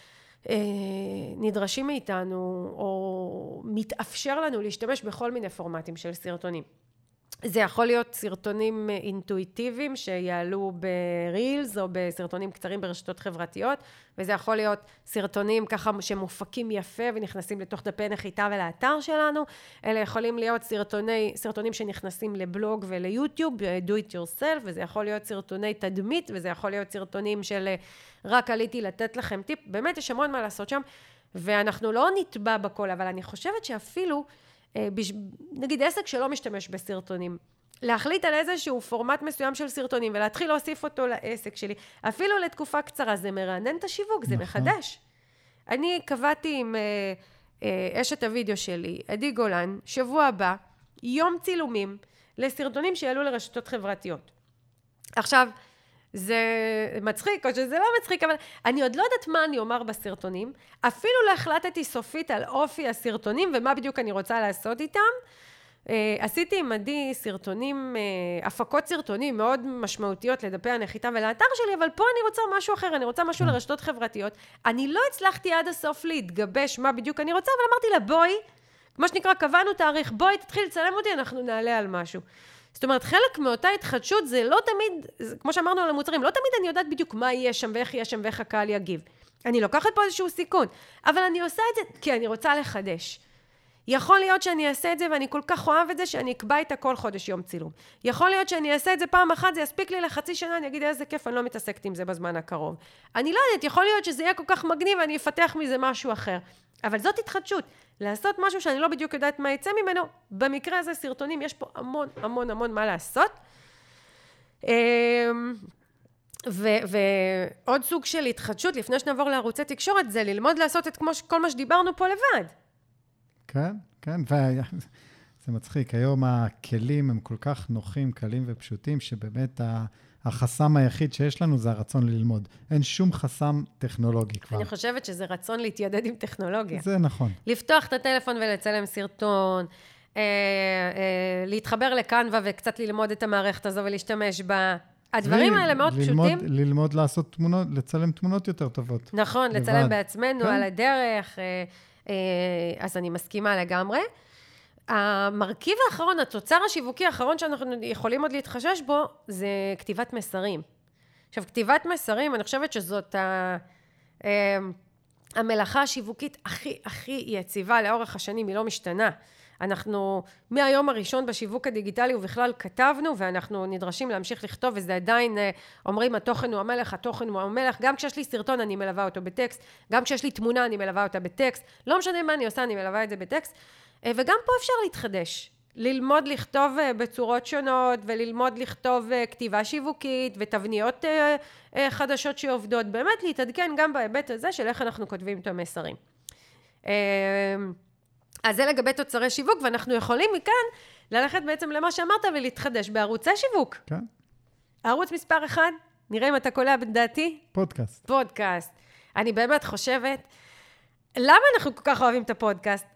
נדרשים מאיתנו, או מתאפשר לנו להשתמש בכל מיני פורמטים של סרטונים. זה יכול להיות סרטונים אינטואיטיביים שיעלו ברילס או בסרטונים קצרים ברשתות חברתיות, וזה יכול להיות סרטונים ככה שמופקים יפה ונכנסים לתוך דפי נחיתה ולאתר שלנו. אלה יכולים להיות סרטונים שנכנסים לבלוג וליוטיוב, do it yourself, וזה יכול להיות סרטוני תדמית, וזה יכול להיות סרטונים של רק עליתי לתת לכם טיפ. באמת יש המון מה לעשות שם, ואנחנו לא נטבע בכל, אבל אני חושבת שאפילו נגיד עסק שלא משתמש בסרטונים, להחליט על איזשהו פורמט מסוים של סרטונים, ולהתחיל להוסיף אותו לעסק שלי, אפילו לתקופה קצרה, זה מרענן את השיווק, זה מחדש. אני קבעתי עם אשת הוידאו שלי, עדי גולן, שבוע הבא, יום צילומים, לסרטונים שיעלו לרשתות חברתיות. עכשיו, זה מצחיק, או שזה לא מצחיק, אבל אני עוד לא יודעת מה אני אומר בסרטונים, אפילו לא החלטתי סופית על אופי הסרטונים, ומה בדיוק אני רוצה לעשות איתם. עשיתי עם עדי סרטונים, הפקות סרטונים מאוד משמעותיות לדפי הנחיתה ולאתר שלי, אבל פה אני רוצה משהו אחר, אני רוצה משהו לרשתות חברתיות. אני לא הצלחתי עד הסוף להתגבש מה בדיוק אני רוצה, אבל אמרתי לה, בואי, כמו שנקרא, קבענו תאריך, בואי, תתחיל לצלם אותי, אנחנו נעלה על משהו. זאת אומרת, חלק מאותה התחדשות זה לא תמיד, כמו שאמרנו על המוצרים, לא תמיד אני יודעת בדיוק מה יהיה שם ואיך יהיה שם ואיך הקהל יגיב. אני לוקחת פה איזשהו סיכון, אבל אני עושה את זה כי אני רוצה לחדש. יכול להיות שאני אעשה את זה ואני כל כך אוהב את זה שאני אקבע איתה כל חודש יום צילום. יכול להיות שאני אעשה את זה פעם אחת, זה יספיק לי לחצי שנה, אני אגיד איזה כיף, אני לא מתעסקת עם זה בזמן הקרוב. אני לא יודעת, יכול להיות שזה יהיה כל כך מגניב ואני אפתח מזה משהו אחר. אבל זאת התחדשות. לעשות משהו שאני לא בדיוק יודעת מה יצא ממנו, במקרה הזה סרטונים, יש פה המון המון המון מה לעשות. ועוד סוג של התחדשות, לפני שנעבור לערוצי תקשורת, זה ללמוד לעשות את כל מה שדיברנו פה לבד. כן, כן, זה מצחיק. היום הכלים הם כל כך נוחים, קלים ופשוטים, שבאמת החסם היחיד שיש לנו זה הרצון ללמוד. אין שום חסם טכנולוגי כבר. אני חושבת שזה רצון להתיידד עם טכנולוגיה. זה נכון. לפתוח את הטלפון ולצלם סרטון, להתחבר לקנווה וקצת ללמוד את המערכת הזו ולהשתמש בה. הדברים האלה מאוד פשוטים. ללמוד לעשות תמונות, לצלם תמונות יותר טובות. נכון, לצלם בעצמנו על הדרך, אז אני מסכימה לגמרי. המרכיב האחרון, התוצר השיווקי האחרון שאנחנו יכולים עוד להתחשש בו, זה כתיבת מסרים. עכשיו, כתיבת מסרים, אני חושבת שזאת המלאכה השיווקית הכי יציבה לאורך השנים, היא לא משתנה. אנחנו מהיום הראשון בשיווק הדיגיטלי ובכלל כתבנו, ואנחנו נדרשים להמשיך לכתוב, וזה עדיין אומרים, התוכן הוא המלך, התוכן הוא המלך, גם כשיש לי סרטון אני מלווה אותו בטקסט, גם כשיש לי תמונה אני מלווה אותה בטקסט, לא משנה מה אני עושה, אני מלווה את זה בטקסט, וגם פה אפשר להתחדש, ללמוד לכתוב בצורות שונות, וללמוד לכתוב כתיבה שיווקית, ותבניות חדשות שעובדות, באמת להתעדכן גם בהיבט הזה של איך אנחנו כותבים את המסרים. אז זה לגבי תוצרי שיווק, ואנחנו יכולים מכאן ללכת בעצם למה שאמרת ולהתחדש בערוצי שיווק. כן. הערוץ מספר 1, נראה אם אתה קולע בדעתי. פודקאסט. אני באמת חושבת, למה אנחנו כל כך אוהבים את הפודקאסט?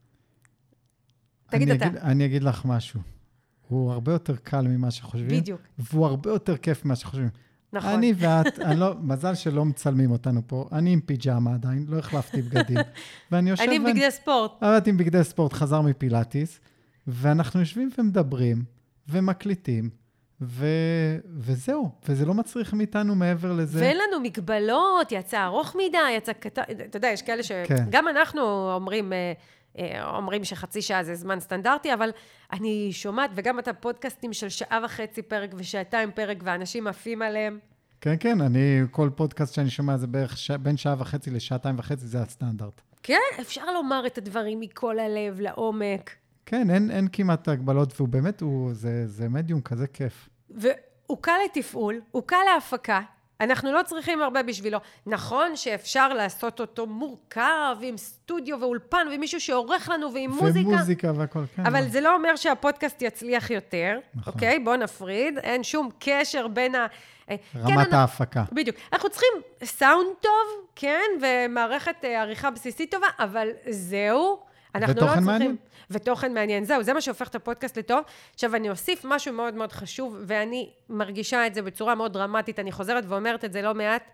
תגיד אתה. אני אגיד לך משהו. הוא הרבה יותר קל ממה שחושבים. בדיוק. והוא הרבה יותר כיף ממה שחושבים. נכון. אני ואת, מזל שלא מצלמים אותנו פה, אני עם פיג'מה עדיין, לא החלפתי בגדים. ואני יושב... אני עם בגדי ספורט. את עם בגדי ספורט, חזר מפילאטיס, ואנחנו יושבים ומדברים, ומקליטים, וזהו, וזה לא מצריך מאיתנו מעבר לזה. ואין לנו מגבלות, יצא ארוך מדי, יצא קטן, אתה יודע, יש כאלה שגם אנחנו אומרים שחצי שעה זה זמן סטנדרטי, אבל אני שומעת, וגם את הפודקאסטים של 1.5 פרק ו2 פרק, ואנשים עפים עליהם. כן, כן, כל פודקאסט שאני שומע זה בערך בין 1.5 ל2.5, זה הסטנדרט. כן, אפשר לומר את הדברים מכל הלב, לעומק. כן, אין כמעט הגבלות, והוא באמת, זה מדיום כזה כיף. והוא קל לתפעול, הוא קל להפקה, אנחנו לא צריכים הרבה בשבילו. נכון שאפשר לעשות אותו מורכב, עם סטודיו ואולפן, ומישהו שעורך לנו, ועם מוזיקה. ומוזיקה והכל, כן. אבל זה לא אומר שהפודקאסט יצליח יותר, אוקיי? בואו נפריד. אין שום קשר בין רמת ההפקה. בדיוק. אנחנו צריכים סאונד טוב, כן, ומערכת עריכה בסיסית טובה, אבל זהו. ותוכן מעניין. ותוכן מעניין, זהו, זה מה שהופך את הפודקאסט לטוב. עכשיו, אני אוסיף משהו מאוד מאוד חשוב, ואני מרגישה את זה בצורה מאוד דרמטית, אני חוזרת ואומרת את זה לא מעט.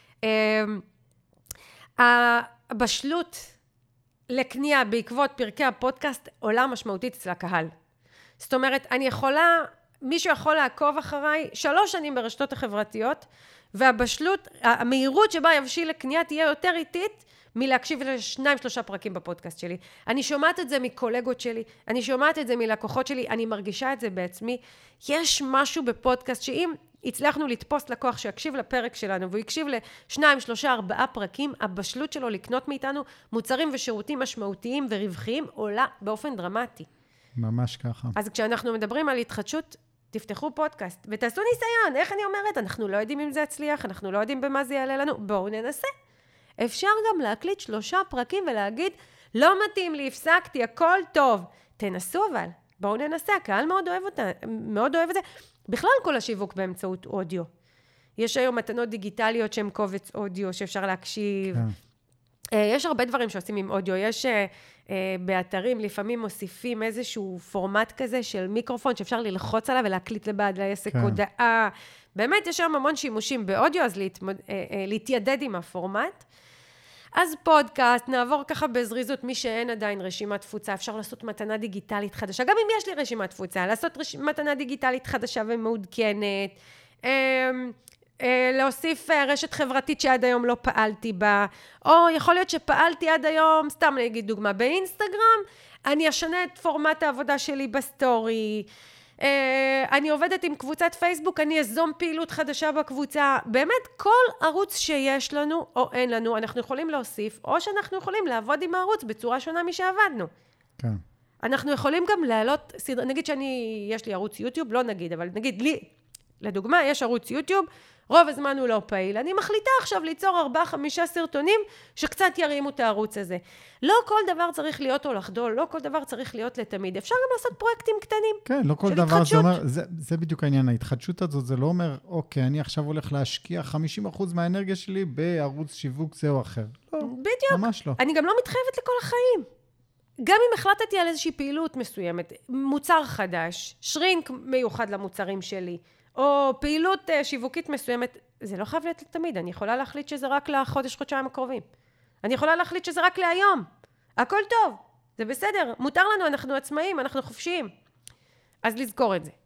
הבשלות לקנייה בעקבות פרקי הפודקאסט עולה משמעותית אצל הקהל. זאת אומרת, מישהו יכול לעקוב אחריי 3 שנים ברשתות החברתיות, והבשלות, המהירות שבה יבשיל לקנייה תהיה יותר איטית, מלהקשיב ל2-3 פרקים בפודקאסט שלי. אני שומעת את זה מקולגות שלי, אני שומעת את זה מלקוחות שלי, אני מרגישה את זה בעצמי. יש משהו בפודקאסט שאם הצלחנו לתפוס לקוח שיקשיב לפרק שלנו, והוא יקשיב ל2, 3, 4 פרקים, הבשלות שלו לקנות מאיתנו מוצרים ושירותים משמעותיים ורווחיים עולה באופן דרמטי. ממש ככה. אז כשאנחנו מדברים על התחדשות, תפתחו פודקאסט ותעשו ניסיון. איך אני אומרת? אנחנו לא יודעים אם זה יצליח, אנחנו לא יודעים במה זה יעלה לנו. בואו ננסה. אפשר גם להקליט 3 פרקים ולהגיד, לא מתאים לי, הפסקתי, הכל טוב. תנסו אבל, בואו ננסה, הקהל מאוד אוהב את זה. בכלל כל השיווק באמצעות אודיו. יש היום מתנות דיגיטליות שהן קובץ אודיו, שאפשר להקשיב. יש הרבה דברים שעושים עם אודיו. יש באתרים, לפעמים מוסיפים איזשהו פורמט כזה של מיקרופון, שאפשר ללחוץ עליו ולהקליט לבד לעסק הודעה. באמת, יש היום המון שימושים באודיו, אז להתיידד עם הפורמט. אז פודקאסט, נעבור ככה בזריזות, מי שאין עדיין רשימת תפוצה, אפשר לעשות מתנה דיגיטלית חדשה, גם אם יש לי רשימת תפוצה, לעשות מתנה דיגיטלית חדשה ומעודכנת, להוסיף רשת חברתית שעד היום לא פעלתי בה, או יכול להיות שפעלתי עד היום, סתם נגיד דוגמה, באינסטגרם, אני אשנה את פורמט העבודה שלי בסטורי, אני עובדת עם קבוצת פייסבוק, אני אזום פעילות חדשה בקבוצה, באמת כל ערוץ שיש לנו או אין לנו, אנחנו יכולים להוסיף, או שאנחנו יכולים לעבוד עם הערוץ בצורה שונה משעבדנו. כן. אנחנו יכולים גם להעלות סדרה, נגיד יש לי ערוץ יוטיוב, לא נגיד, אבל נגיד לי, לדוגמה, יש ערוץ יוטיוב, רוב הזמן הוא לא פעיל. אני מחליטה עכשיו ליצור 4-5 סרטונים שקצת ירימו את הערוץ הזה. לא כל דבר צריך להיות או לחדול, לא כל דבר צריך להיות לתמיד. אפשר גם לעשות פרויקטים קטנים. כן, לא כל דבר זה אומר, זה בדיוק העניין. ההתחדשות הזאת, זה לא אומר, אוקיי, אני עכשיו הולך להשקיע 50% מהאנרגיה שלי בערוץ שיווק זה או אחר. לא, בדיוק. ממש לא. אני גם לא מתחייבת לכל החיים. גם אם החלטתי על איזושהי פעילות מסוימת, מוצר חדש, שרינק מיוחד למוצרים שלי, או פעילות שיווקית מסוימת, זה לא חייב להיות תמיד. אני יכולה להחליט שזה רק לחודש-חודשיים הקרובים. אני יכולה להחליט שזה רק להיום. הכל טוב, זה בסדר. מותר לנו, אנחנו עצמאים, אנחנו חופשיים. אז לזכור את זה.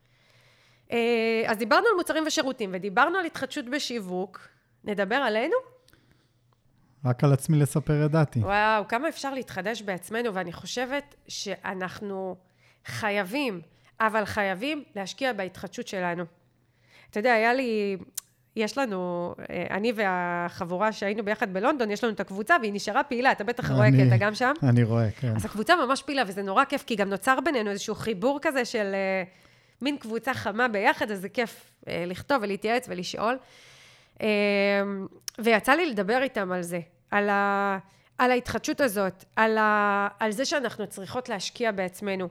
אז דיברנו על מוצרים ושירותים, ודיברנו על התחדשות בשיווק. נדבר עלינו? רק על עצמי לספר ידעתי. וואו, כמה אפשר להתחדש בעצמנו, ואני חושבת שאנחנו חייבים, אבל חייבים להשקיע בהתחדשות שלנו. אתה יודע, יש לנו, אני והחבורה שהיינו ביחד בלונדון, יש לנו את הקבוצה, והיא נשארה פעילה, אתה בטח רואה, כי אתה גם שם? אני רואה, כן. אז הקבוצה ממש פעילה, וזה נורא כיף, כי גם נוצר בינינו איזשהו חיבור כזה של מין קבוצה חמה ביחד, אז זה כיף לכתוב ולהתייעץ ולשאול. ויצא לי לדבר איתם על זה, על ההתחדשות הזאת, על זה שאנחנו צריכות להשקיע בעצמנו.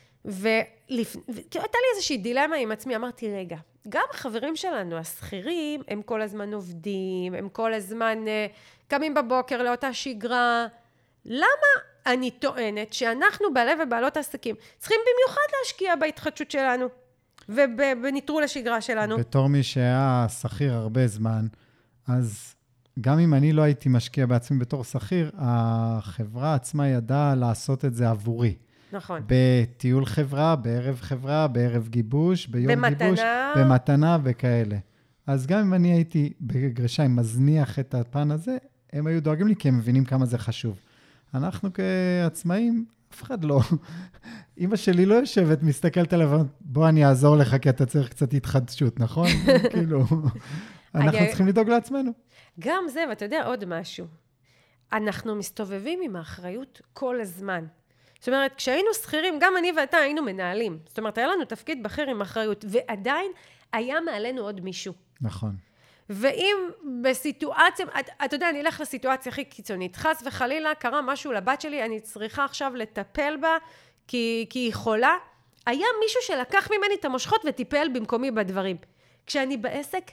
הייתה לי איזושהי דילמה עם עצמי, אמרתי, רגע, גם החברים שלנו, השכירים, הם כל הזמן עובדים, הם כל הזמן קמים בבוקר לאותה שגרה. למה אני טוענת שאנחנו בעלי ובעלות עסקים צריכים במיוחד להשקיע בהתחדשות שלנו ובניטרול השגרה שלנו? בתור מי שהיה שכיר הרבה זמן, אז גם אם אני לא הייתי משקיע בעצמי בתור שכיר, החברה עצמה ידעה לעשות את זה עבורי. נכון. בטיול חברה, בערב חברה, בערב גיבוש, ביום במתנה. גיבוש, במתנה וכאלה. אז גם אם אני הייתי בגרשיים מזניח את הפן הזה, הם היו דואגים לי כי הם מבינים כמה זה חשוב. אנחנו כעצמאים, אף אחד לא. אמא שלי לא יושבת, מסתכלת עליו, בוא אני אעזור לך כי אתה צריך קצת התחדשות, נכון? כאילו, אנחנו צריכים לדאוג לעצמנו. גם זה, ואתה יודע עוד משהו. אנחנו מסתובבים עם האחריות כל הזמן. זאת אומרת, כשהיינו שכירים, גם אני ואתה היינו מנהלים. זאת אומרת, היה לנו תפקיד בכיר עם אחריות, ועדיין היה מעלינו עוד מישהו. נכון. ואם בסיטואציה, אתה יודע, אני אלך לסיטואציה הכי קיצונית, חס וחלילה, קרה משהו לבת שלי, אני צריכה עכשיו לטפל בה, כי היא חולה, היה מישהו שלקח ממני את המושכות וטיפל במקומי בדברים. כשאני בעסק,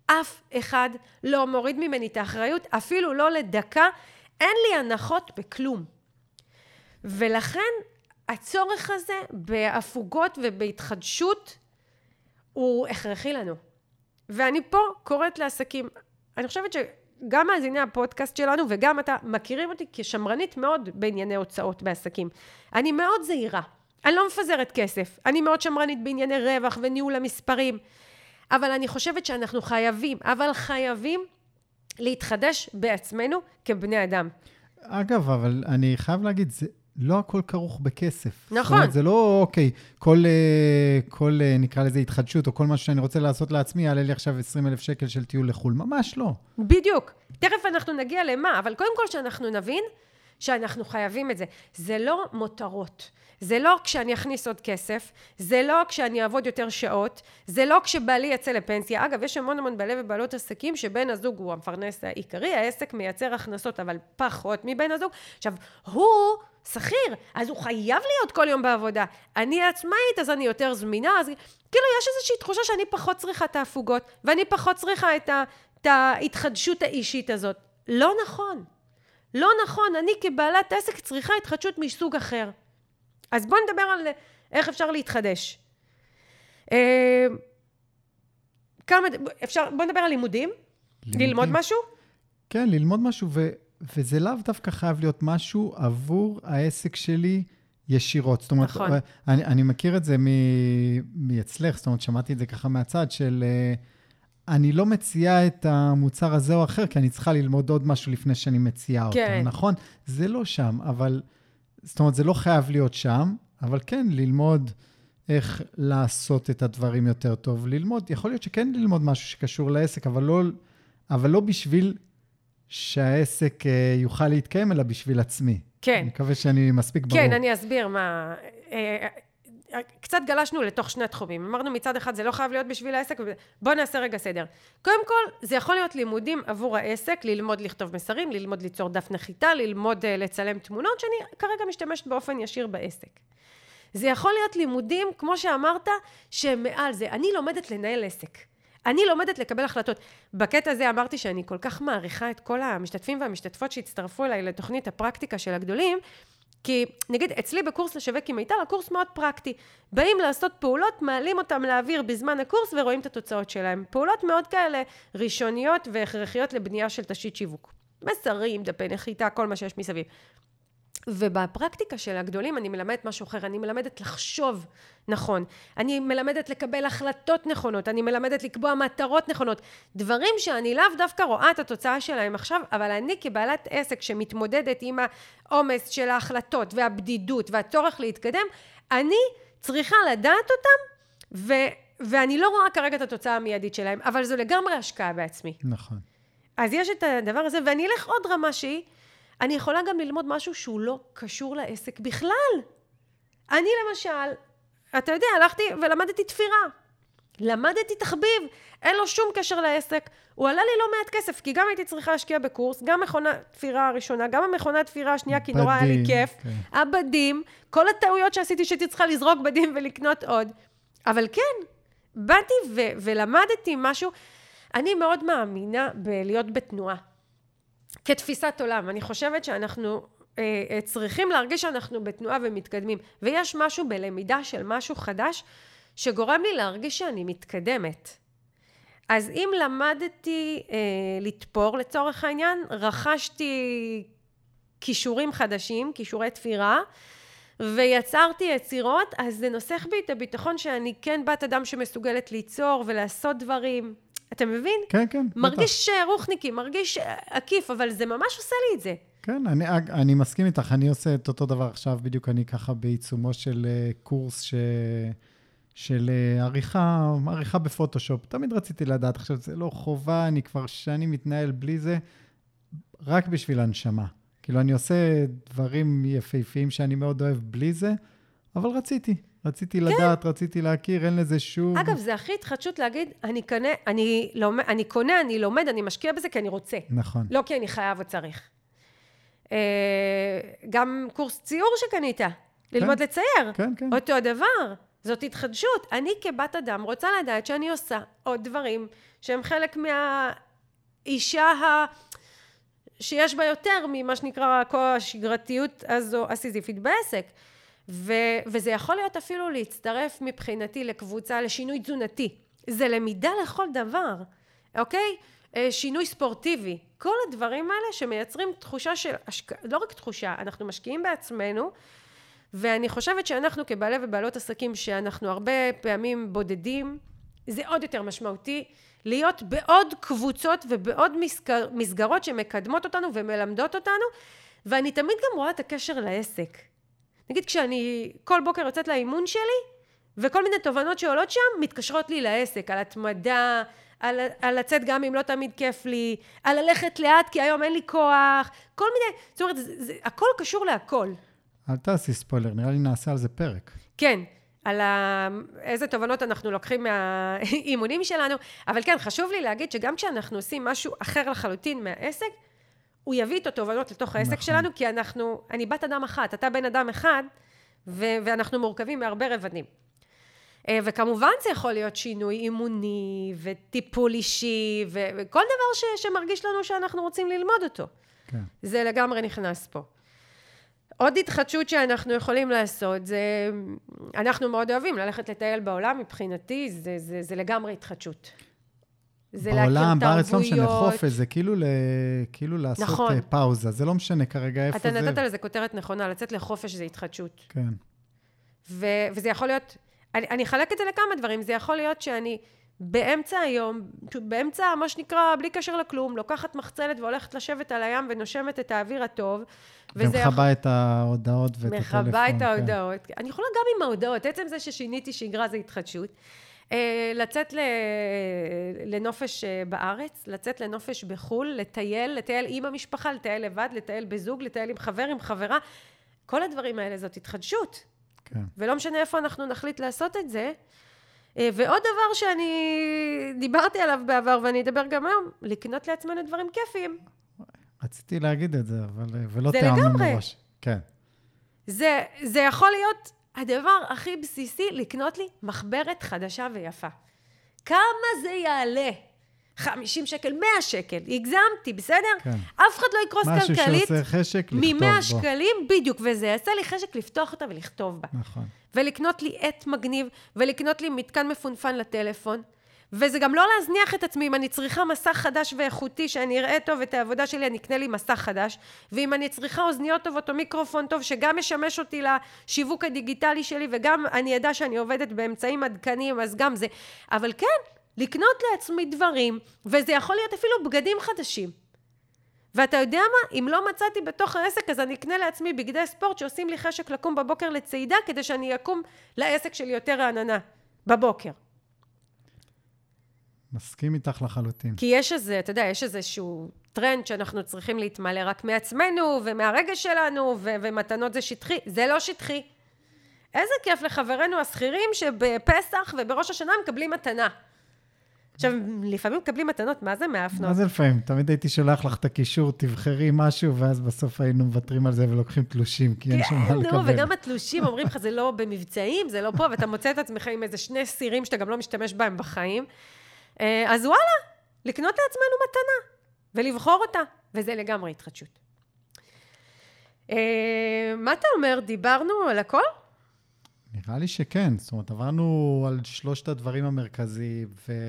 אף אחד לא מוריד ממני את האחריות, אפילו לא לדקה, אין לי הנחות בכלום. ולכן הצורך הזה בהפוגות ובהתחדשות הוא הכרחי לנו. ואני פה קוראת לעסקים. אני חושבת שגם מאזיני הפודקאסט שלנו וגם אתה מכירים אותי כשמרנית מאוד בענייני הוצאות בעסקים. אני מאוד זהירה. אני לא מפזרת כסף. אני מאוד שמרנית בענייני רווח וניהול המספרים. אבל אני חושבת שאנחנו חייבים להתחדש בעצמנו כבני אדם. אגב, אבל אני חייב להגיד, זה לא הכל כרוך בכסף. נכון. זאת אומרת, זה לא, אוקיי, כל נקרא לזה התחדשות, או כל משהו שאני רוצה לעשות לעצמי, יעלה לי עכשיו 20,000 שקל של טיול לחול. ממש לא. בדיוק. תכף אנחנו נגיע למה, אבל קודם כל שאנחנו נבין שאנחנו חייבים את זה. זה לא מותרות. זה לא כשאני אכניס עוד כסף, זה לא כשאני אעבוד יותר שעות, זה לא כשבעלי יצא לפנסיה. אגב, יש המון בעלי ובעלות עסקים שבן הזוג הוא המפרנס העיקרי, העסק מייצר הכנסות, אבל פחות מבן הזוג. עכשיו, הוא שכיר, אז הוא חייב להיות כל יום בעבודה. אני עצמאית, אז אני יותר זמינה, אז כאילו יש איזושהי תחושה שאני פחות צריכה את ההפוגות, ואני פחות צריכה את ההתחדשות האישית הזאת. לא נכון. לא נכון, אני כבעלת עסק צריכה התחדשות מסוג אחר. אז בוא נדבר על איך אפשר להתחדש. בוא נדבר על לימודים. ללמוד משהו? כן, ללמוד משהו, וזה לאו דווקא חייב להיות משהו עבור העסק שלי ישירות. זאת אומרת, נכון. אני מכיר את זה מאצלך, זאת אומרת, שמעתי את זה ככה מהצד של, אני לא מציעה את המוצר הזה או אחר, כי אני צריכה ללמוד עוד משהו לפני שאני מציעה אותו. כן. נכון? זה לא שם, אבל זאת אומרת, זה לא חייב להיות שם, אבל כן, ללמוד איך לעשות את הדברים יותר טוב. ללמוד, יכול להיות שכן ללמוד משהו שקשור לעסק, אבל לא בשביל שהעסק יוכל להתקיים, אלא בשביל עצמי. כן. אני מקווה שאני מספיק ברור. כן, אני אסביר מה... קצת גלשנו לתוך שני תחומים. אמרנו מצד אחד, זה לא חייב להיות בשביל העסק, בואו נעשה רגע סדר. קודם כל, זה יכול להיות לימודים עבור העסק, ללמוד לכתוב מסרים, ללמוד ליצור דף נחיתה, ללמוד לצלם תמונות, שאני כרגע משתמשת באופן ישיר בעסק. זה יכול להיות לימודים, כמו שאמרת, שמעל זה. אני לומדת לנהל עסק. אני לומדת לקבל החלטות. בקטע הזה אמרתי שאני כל כך מעריכה את כל המשתתפים והמשתתפות שהצטרפו אליי לתוכנית הפרקטיקה של הגדולים, כי נגיד אצלי בקורס לשווק עם מיטל, הקורס מאוד פרקטי. באים לעשות פעולות, מעלים אותם לאוויר בזמן הקורס ורואים את התוצאות שלהם. פעולות מאוד כאלה ראשוניות והכרחיות לבנייה של תשתית שיווק. מסרים, דפי נחיתה, כל מה שיש מסביב. ובפרקטיקה של הגדולים אני מלמדת משהו אחר, אני מלמדת לחשוב נכון, אני מלמדת לקבל החלטות נכונות, אני מלמדת לקבוע מטרות נכונות, דברים שאני לאו דווקא רואה את התוצאה שלהם עכשיו, אבל אני כבעלת עסק שמתמודדת עם העומס של ההחלטות והבדידות והצורך להתקדם, אני צריכה לדעת אותם, ואני לא רואה כרגע את התוצאה המיידית שלהם, אבל זו לגמרי השקעה בעצמי. נכון. אז יש את הדבר הזה, ואני אלך עוד רמה שהיא, אני יכולה גם ללמוד משהו שהוא לא קשור לעסק בכלל. אני למשל, אתה יודע, הלכתי ולמדתי תפירה. למדתי תחביב, אין לו שום קשר לעסק. הוא עלה לי לא מעט כסף, כי גם הייתי צריכה להשקיע בקורס, גם מכונת תפירה הראשונה, גם המכונת תפירה השנייה, כי נורא היה לי כיף. כן. הבדים, כל הטעויות שעשיתי שהייתי צריכה לזרוק בדים ולקנות עוד. אבל כן, באתי ולמדתי משהו. אני מאוד מאמינה בלהיות בתנועה. כתפיסת עולם, אני חושבת שאנחנו צריכים להרגיש שאנחנו בתנועה ומתקדמים, ויש משהו בלמידה של משהו חדש, שגורם לי להרגיש שאני מתקדמת. אז אם למדתי לתפור לצורך העניין, רכשתי כישורים חדשים, כישורי תפירה, ויצרתי יצירות, אז זה נוסח בי את הביטחון שאני כן בת אדם שמסוגלת ליצור ולעשות דברים. אתה מבין? כן, כן. מרגיש רוחניקי, מרגיש עקיף, אבל זה ממש עושה לי את זה. כן, אני מסכים איתך, אני עושה את אותו דבר עכשיו, בדיוק אני ככה בעיצומו של קורס של עריכה בפוטושופ. תמיד רציתי לדעת, עכשיו זה לא חובה, אני כבר שנים מתנהל בלי זה, רק בשביל הנשמה. כאילו אני עושה דברים יפהפיים שאני מאוד אוהב בלי זה, אבל רציתי לדעת, רציתי להכיר, אין לזה שום... אגב, זה הכי התחדשות להגיד, אני קונה, אני לומד, אני משקיע בזה כי אני רוצה. נכון. לא כי אני חייב או צריך. גם קורס ציור שקנית, ללמוד לצייר. כן, כן. אותו הדבר. זאת התחדשות. אני כבת אדם רוצה לדעת שאני עושה עוד דברים שהם חלק מהאישה שיש בה יותר ממה שנקרא כל השגרתיות הזו הסיזיפית בעסק. וזה יכול להיות אפילו להצטרף מבחינתי לקבוצה לשינוי תזונתי. זה למידה לכל דבר, אוקיי? שינוי ספורטיבי. כל הדברים האלה שמייצרים תחושה של, לא רק תחושה, אנחנו משקיעים בעצמנו, ואני חושבת שאנחנו כבעלי ובעלות עסקים שאנחנו הרבה פעמים בודדים, זה עוד יותר משמעותי, להיות בעוד קבוצות ובעוד מסגרות שמקדמות אותנו ומלמדות אותנו, ואני תמיד גם רואה את הקשר לעסק. נגיד כשאני כל בוקר יוצאת לאימון שלי, וכל מיני תובנות שעולות שם, מתקשרות לי לעסק, על התמדה, על לצאת גם אם לא תמיד כיף לי, על ללכת לאט כי היום אין לי כוח, כל מיני, זאת אומרת, הכל קשור להכל. אל תעשי ספוילר, נראה לי נעשה על זה פרק. כן, על איזה תובנות אנחנו לוקחים מהאימונים שלנו, אבל כן, חשוב לי להגיד שגם כשאנחנו עושים משהו אחר לחלוטין מהעסק, הוא יביא את התובנות לתוך העסק נכון. שלנו, כי אני בת אדם אחת, אתה בן אדם אחד, ואנחנו מורכבים מהרבה רבדים. וכמובן זה יכול להיות שינוי אימוני וטיפול אישי וכל דבר שמרגיש לנו שאנחנו רוצים ללמוד אותו. כן. זה לגמרי נכנס פה. עוד התחדשות שאנחנו יכולים לעשות, זה, אנחנו מאוד אוהבים ללכת לטייל בעולם, מבחינתי זה לגמרי התחדשות. זה בעולם, בארץ לא משנה חופש, זה כאילו לעשות נכון. פאוזה, זה לא משנה כרגע איפה אתה זה. נתת לזה כותרת נכונה, לצאת לחופש זה התחדשות. כן. וזה יכול להיות, אני אחלק את זה לכמה דברים, זה יכול להיות שאני באמצע היום, באמצע מה שנקרא בלי קשר לכלום, לוקחת מחצלת והולכת לשבת על הים ונושמת את האוויר הטוב. ומחבה את ההודעות ואת הטלפון. מחבה את ההודעות. כן. אני יכולה גם עם ההודעות, עצם זה ששיניתי שגרה זה התחדשות. לצאת לנופש בארץ, לצאת לנופש בחול, לטייל עם המשפחה, לטייל לבד, לטייל בזוג, לטייל עם חבר, עם חברה. כל הדברים האלה זאת התחדשות. כן. ולא משנה איפה אנחנו נחליט לעשות את זה. ועוד דבר שאני דיברתי עליו בעבר, ואני אדבר גם היום, לקנות לעצמנו דברים כיפיים. רציתי להגיד את זה, אבל ולא זה תאמנו לגמרי. מראש. כן. זה יכול להיות הדבר הכי בסיסי, לקנות לי מחברת חדשה ויפה. כמה זה יעלה? 50 שקל, 100 שקל, הגזמתי, בסדר? כן. אף אחד לא יקרוס כלכלית. משהו שעושה חשק לכתוב בו. מ-100 שקלים, בדיוק, וזה יעשה לי חשק לפתוח אותה ולכתוב בה. נכון. ולקנות לי עט מגניב, ולקנות לי מתקן מפונפן לטלפון, וזה גם לא להזניח את עצמי, אם אני צריכה מסך חדש ואיכותי, שאני אראה טוב את העבודה שלי, אני אקנה לי מסך חדש, ואם אני צריכה אוזניות טובות או מיקרופון טוב, שגם משמש אותי לשיווק הדיגיטלי שלי, וגם אני ידע שאני עובדת באמצעים עדכניים, אז גם זה. אבל כן, לקנות לעצמי דברים, וזה יכול להיות אפילו בגדים חדשים. ואתה יודע מה? אם לא מצאתי בתוך העסק, אז אני אקנה לעצמי בגדי ספורט שעושים לי חשק לקום בבוקר לצעידה, כדי שאני אקום לעסק שלי יותר רעננה בבוקר. מסכים איתך לחלוטין. כי יש איזה, אתה יודע, יש איזשהו טרנד שאנחנו צריכים להתמלא רק מעצמנו ומהרגש שלנו, ומתנות זה שטחי. זה לא שטחי. איזה כיף לחברינו השכירים שבפסח ובראש השנה מקבלים מתנה. עכשיו, לפעמים מקבלים מתנות, מה זה מאפנות? מה זה לפעמים? תמיד הייתי שולח לך את הקישור, תבחרי משהו, ואז בסוף היינו מוותרים על זה ולוקחים תלושים, כי אין שם מה לקבל. כן, וגם התלושים אומרים לך, זה לא במבצעים, זה לא פה, ואתה מוצא את עצמך עם איזה 2 סירים שאתה גם לא משתמש בהם בחיים. אז וואלה, לקנות לעצמנו מתנה, ולבחור אותה, וזה לגמרי התחדשות. מה אתה אומר? דיברנו על הכל? נראה לי שכן, זאת אומרת, עברנו על 3 הדברים המרכזיים,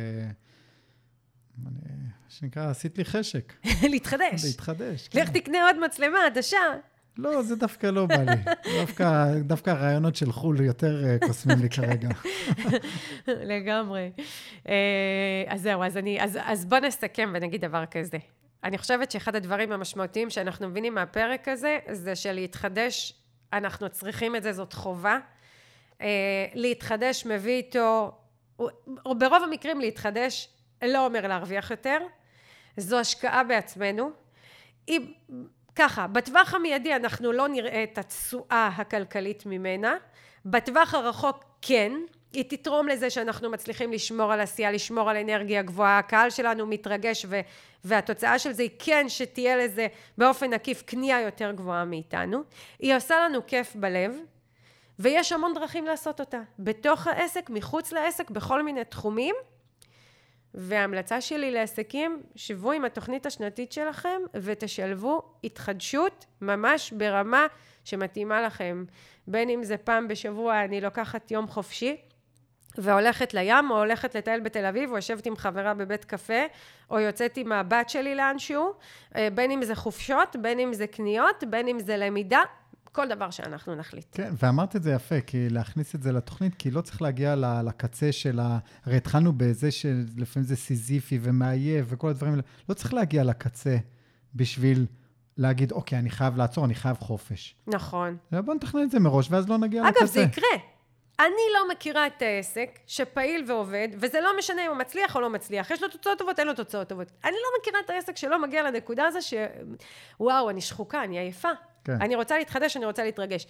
שנקרא, עשית לי חשק. להתחדש. להתחדש, כן. לך תקנה עוד מצלמה, עדשה. לא, זה דווקא לא בא לי. דווקא הרעיונות של חול יותר קוסמים לי כרגע. לגמרי. אז זהו, אז בוא נסכם ונגיד דבר כזה. אני חושבת שאחד הדברים המשמעותיים שאנחנו מבינים מהפרק הזה, זה שלהתחדש, אנחנו צריכים את זה, זאת חובה. להתחדש מביא איתו, או ברוב המקרים להתחדש לא אומר להרוויח יותר, זו השקעה בעצמנו. ככה, בטווח המיידי אנחנו לא נראה את התשואה הכלכלית ממנה, בטווח הרחוק כן, היא תתרום לזה שאנחנו מצליחים לשמור על עשייה, לשמור על אנרגיה גבוהה, הקהל שלנו מתרגש והתוצאה של זה היא כן שתהיה לזה באופן עקיף קנייה יותר גבוהה מאיתנו, היא עושה לנו כיף בלב, ויש המון דרכים לעשות אותה. בתוך העסק, מחוץ לעסק, בכל מיני תחומים. וההמלצה שלי לעסקים, שבו עם התוכנית השנתית שלכם, ותשלבו התחדשות ממש ברמה שמתאימה לכם. בין אם זה פעם בשבוע, אני לוקחת יום חופשי, והולכת לים, או הולכת לטייל בתל אביב, או יושבת עם חברה בבית קפה, או יוצאת עם הבת שלי לאנשהו, בין אם זה חופשות, בין אם זה קניות, בין אם זה למידה, כל דבר שאנחנו נחליט. כן, ואמרת את זה יפה, כי להכניס את זה לתוכנית, כי לא צריך להגיע לקצה של הרי התחלנו בזה שלפעמים זה סיזיפי ומעייף וכל הדברים האלה, לא צריך להגיע לקצה בשביל להגיד, אוקיי, אני חייב לעצור, אני חייב חופש. נכון. בוא נתכנן את זה מראש, ואז לא נגיע לקצה. אגב, זה יקרה. אני לא מכירה את העסק שפעיל ועובד, וזה לא משנה אם הוא מצליח או לא מצליח. יש לו תוצאות טובות, אין לו תוצאות טובות. אני לא מכירה את העסק שלא מגיע לנקודה הזו וואו, אני שחוקה, אני עייפה. כן. אני רוצה להתחדש, אני רוצה להתרגש.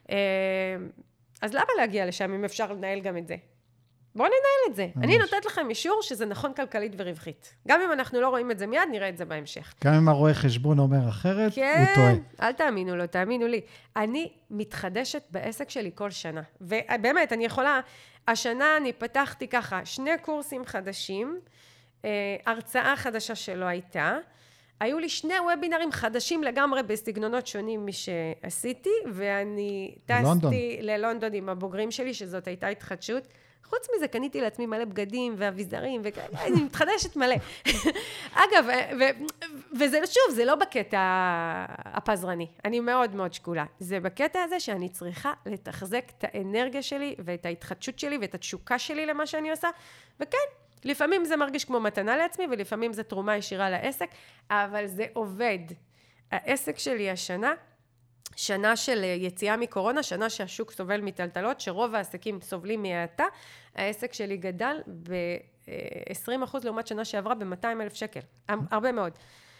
אז למה להגיע לשם אם אפשר לנהל גם את זה? בואו ננהל את זה. ממש. אני נותנת לכם אישור שזה נכון כלכלית ורווחית. גם אם אנחנו לא רואים את זה מיד, נראה את זה בהמשך. גם אם הרואה חשבון אומר אחרת, כן, הוא טועה. אל תאמינו לו, תאמינו לי. אני מתחדשת בעסק שלי כל שנה. ובאמת, אני יכולה, השנה אני פתחתי ככה, 2 קורסים חדשים, הרצאה חדשה שלא הייתה, היו לי 2 וובינרים חדשים לגמרי בסגנונות שונים משעשיתי, ואני טסתי ללונדון עם הבוגרים שלי, שזאת הייתה התחדשות. חוץ מזה, קניתי לעצמי מלא בגדים ואביזרים, ואני מתחדשת מלא. אגב, וזה שוב, זה לא בקטע הפזרני. אני מאוד מאוד שקולה. זה בקטע הזה שאני צריכה לתחזק את האנרגיה שלי, ואת ההתחדשות שלי, ואת התשוקה שלי למה שאני עושה. וכן, לפעמים זה מרגיש כמו מתנה לעצמי, ולפעמים זה תרומה ישירה לעסק, אבל זה עובד. העסק שלי השנה, שנה של יציאה מקורונה, שנה שהשוק סובל מטלטלות, שרוב העסקים סובלים מהאטה, העסק שלי גדל ב-20% לעומת שנה שעברה ב-200,000 שקל. הרבה מאוד.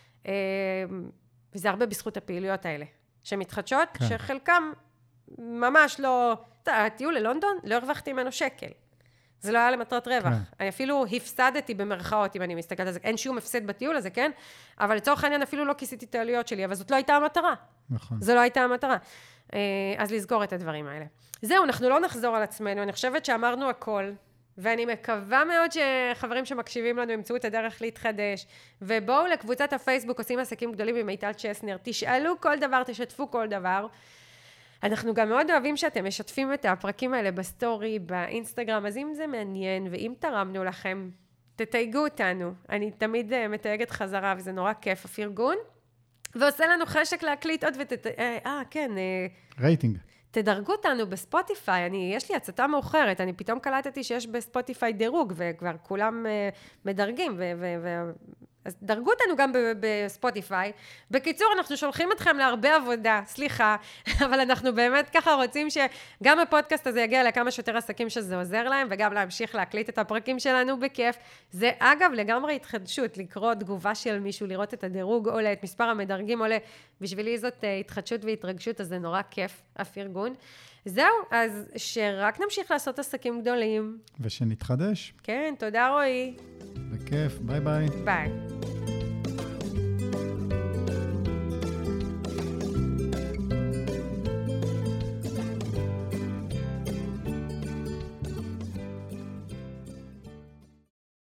וזה הרבה בזכות הפעילויות האלה, שמתחדשות, כן. שחלקם ממש לא... הטיול ללונדון, לא הרווחתי ממנו שקל. זה לא היה למטרת רווח. כן. אני אפילו הפסדתי במרכאות, אם אני מסתכלת על זה. אין שום הפסד בטיול הזה, כן? אבל לצורך העניין אפילו לא כיסיתי את העלויות שלי, אבל זאת לא הייתה המטרה. נכון. זו לא הייתה המטרה. אז לסגור את הדברים האלה. זהו, אנחנו לא נחזור על עצמנו. אני חושבת שאמרנו הכל, ואני מקווה מאוד שחברים שמקשיבים לנו ימצאו את הדרך להתחדש, ובואו לקבוצת הפייסבוק, עושים עסקים גדולים עם מיטל צ'סנר, תשאלו כל דבר, תשתפו כל דבר. אנחנו גם מאוד אוהבים שאתם משתפים את הפרקים האלה בסטורי, באינסטגרם, אז אם זה מעניין, ואם תרמנו לכם, תתייגו אותנו. אני תמיד מתייגת חזרה, וזה נורא כיף, הפרגון. ועושה לנו חשק להקליט עוד כן. רייטינג. תדרגו אותנו בספוטיפיי, יש לי הצטה מאוחרת, אני פתאום קלטתי שיש בספוטיפיי דירוג, וכבר כולם מדרגים, אז דרגו אותנו גם בספוטיפיי. בקיצור, אנחנו שולחים אתכם להרבה עבודה, סליחה, אבל אנחנו באמת ככה רוצים שגם הפודקאסט הזה יגיע לכמה שיותר עסקים שזה עוזר להם, וגם להמשיך להקליט את הפרקים שלנו בכיף. זה אגב לגמרי התחדשות, לקרוא תגובה של מישהו, לראות את הדירוג עולה, את מספר המדרגים עולה. בשבילי זאת התחדשות והתרגשות, אז זה נורא כיף, הפרגון. זהו, אז שרק נמשיך לעשות עסקים גדולים. ושנתחדש. כן, תודה רועי. בכיף, ביי ביי. ביי.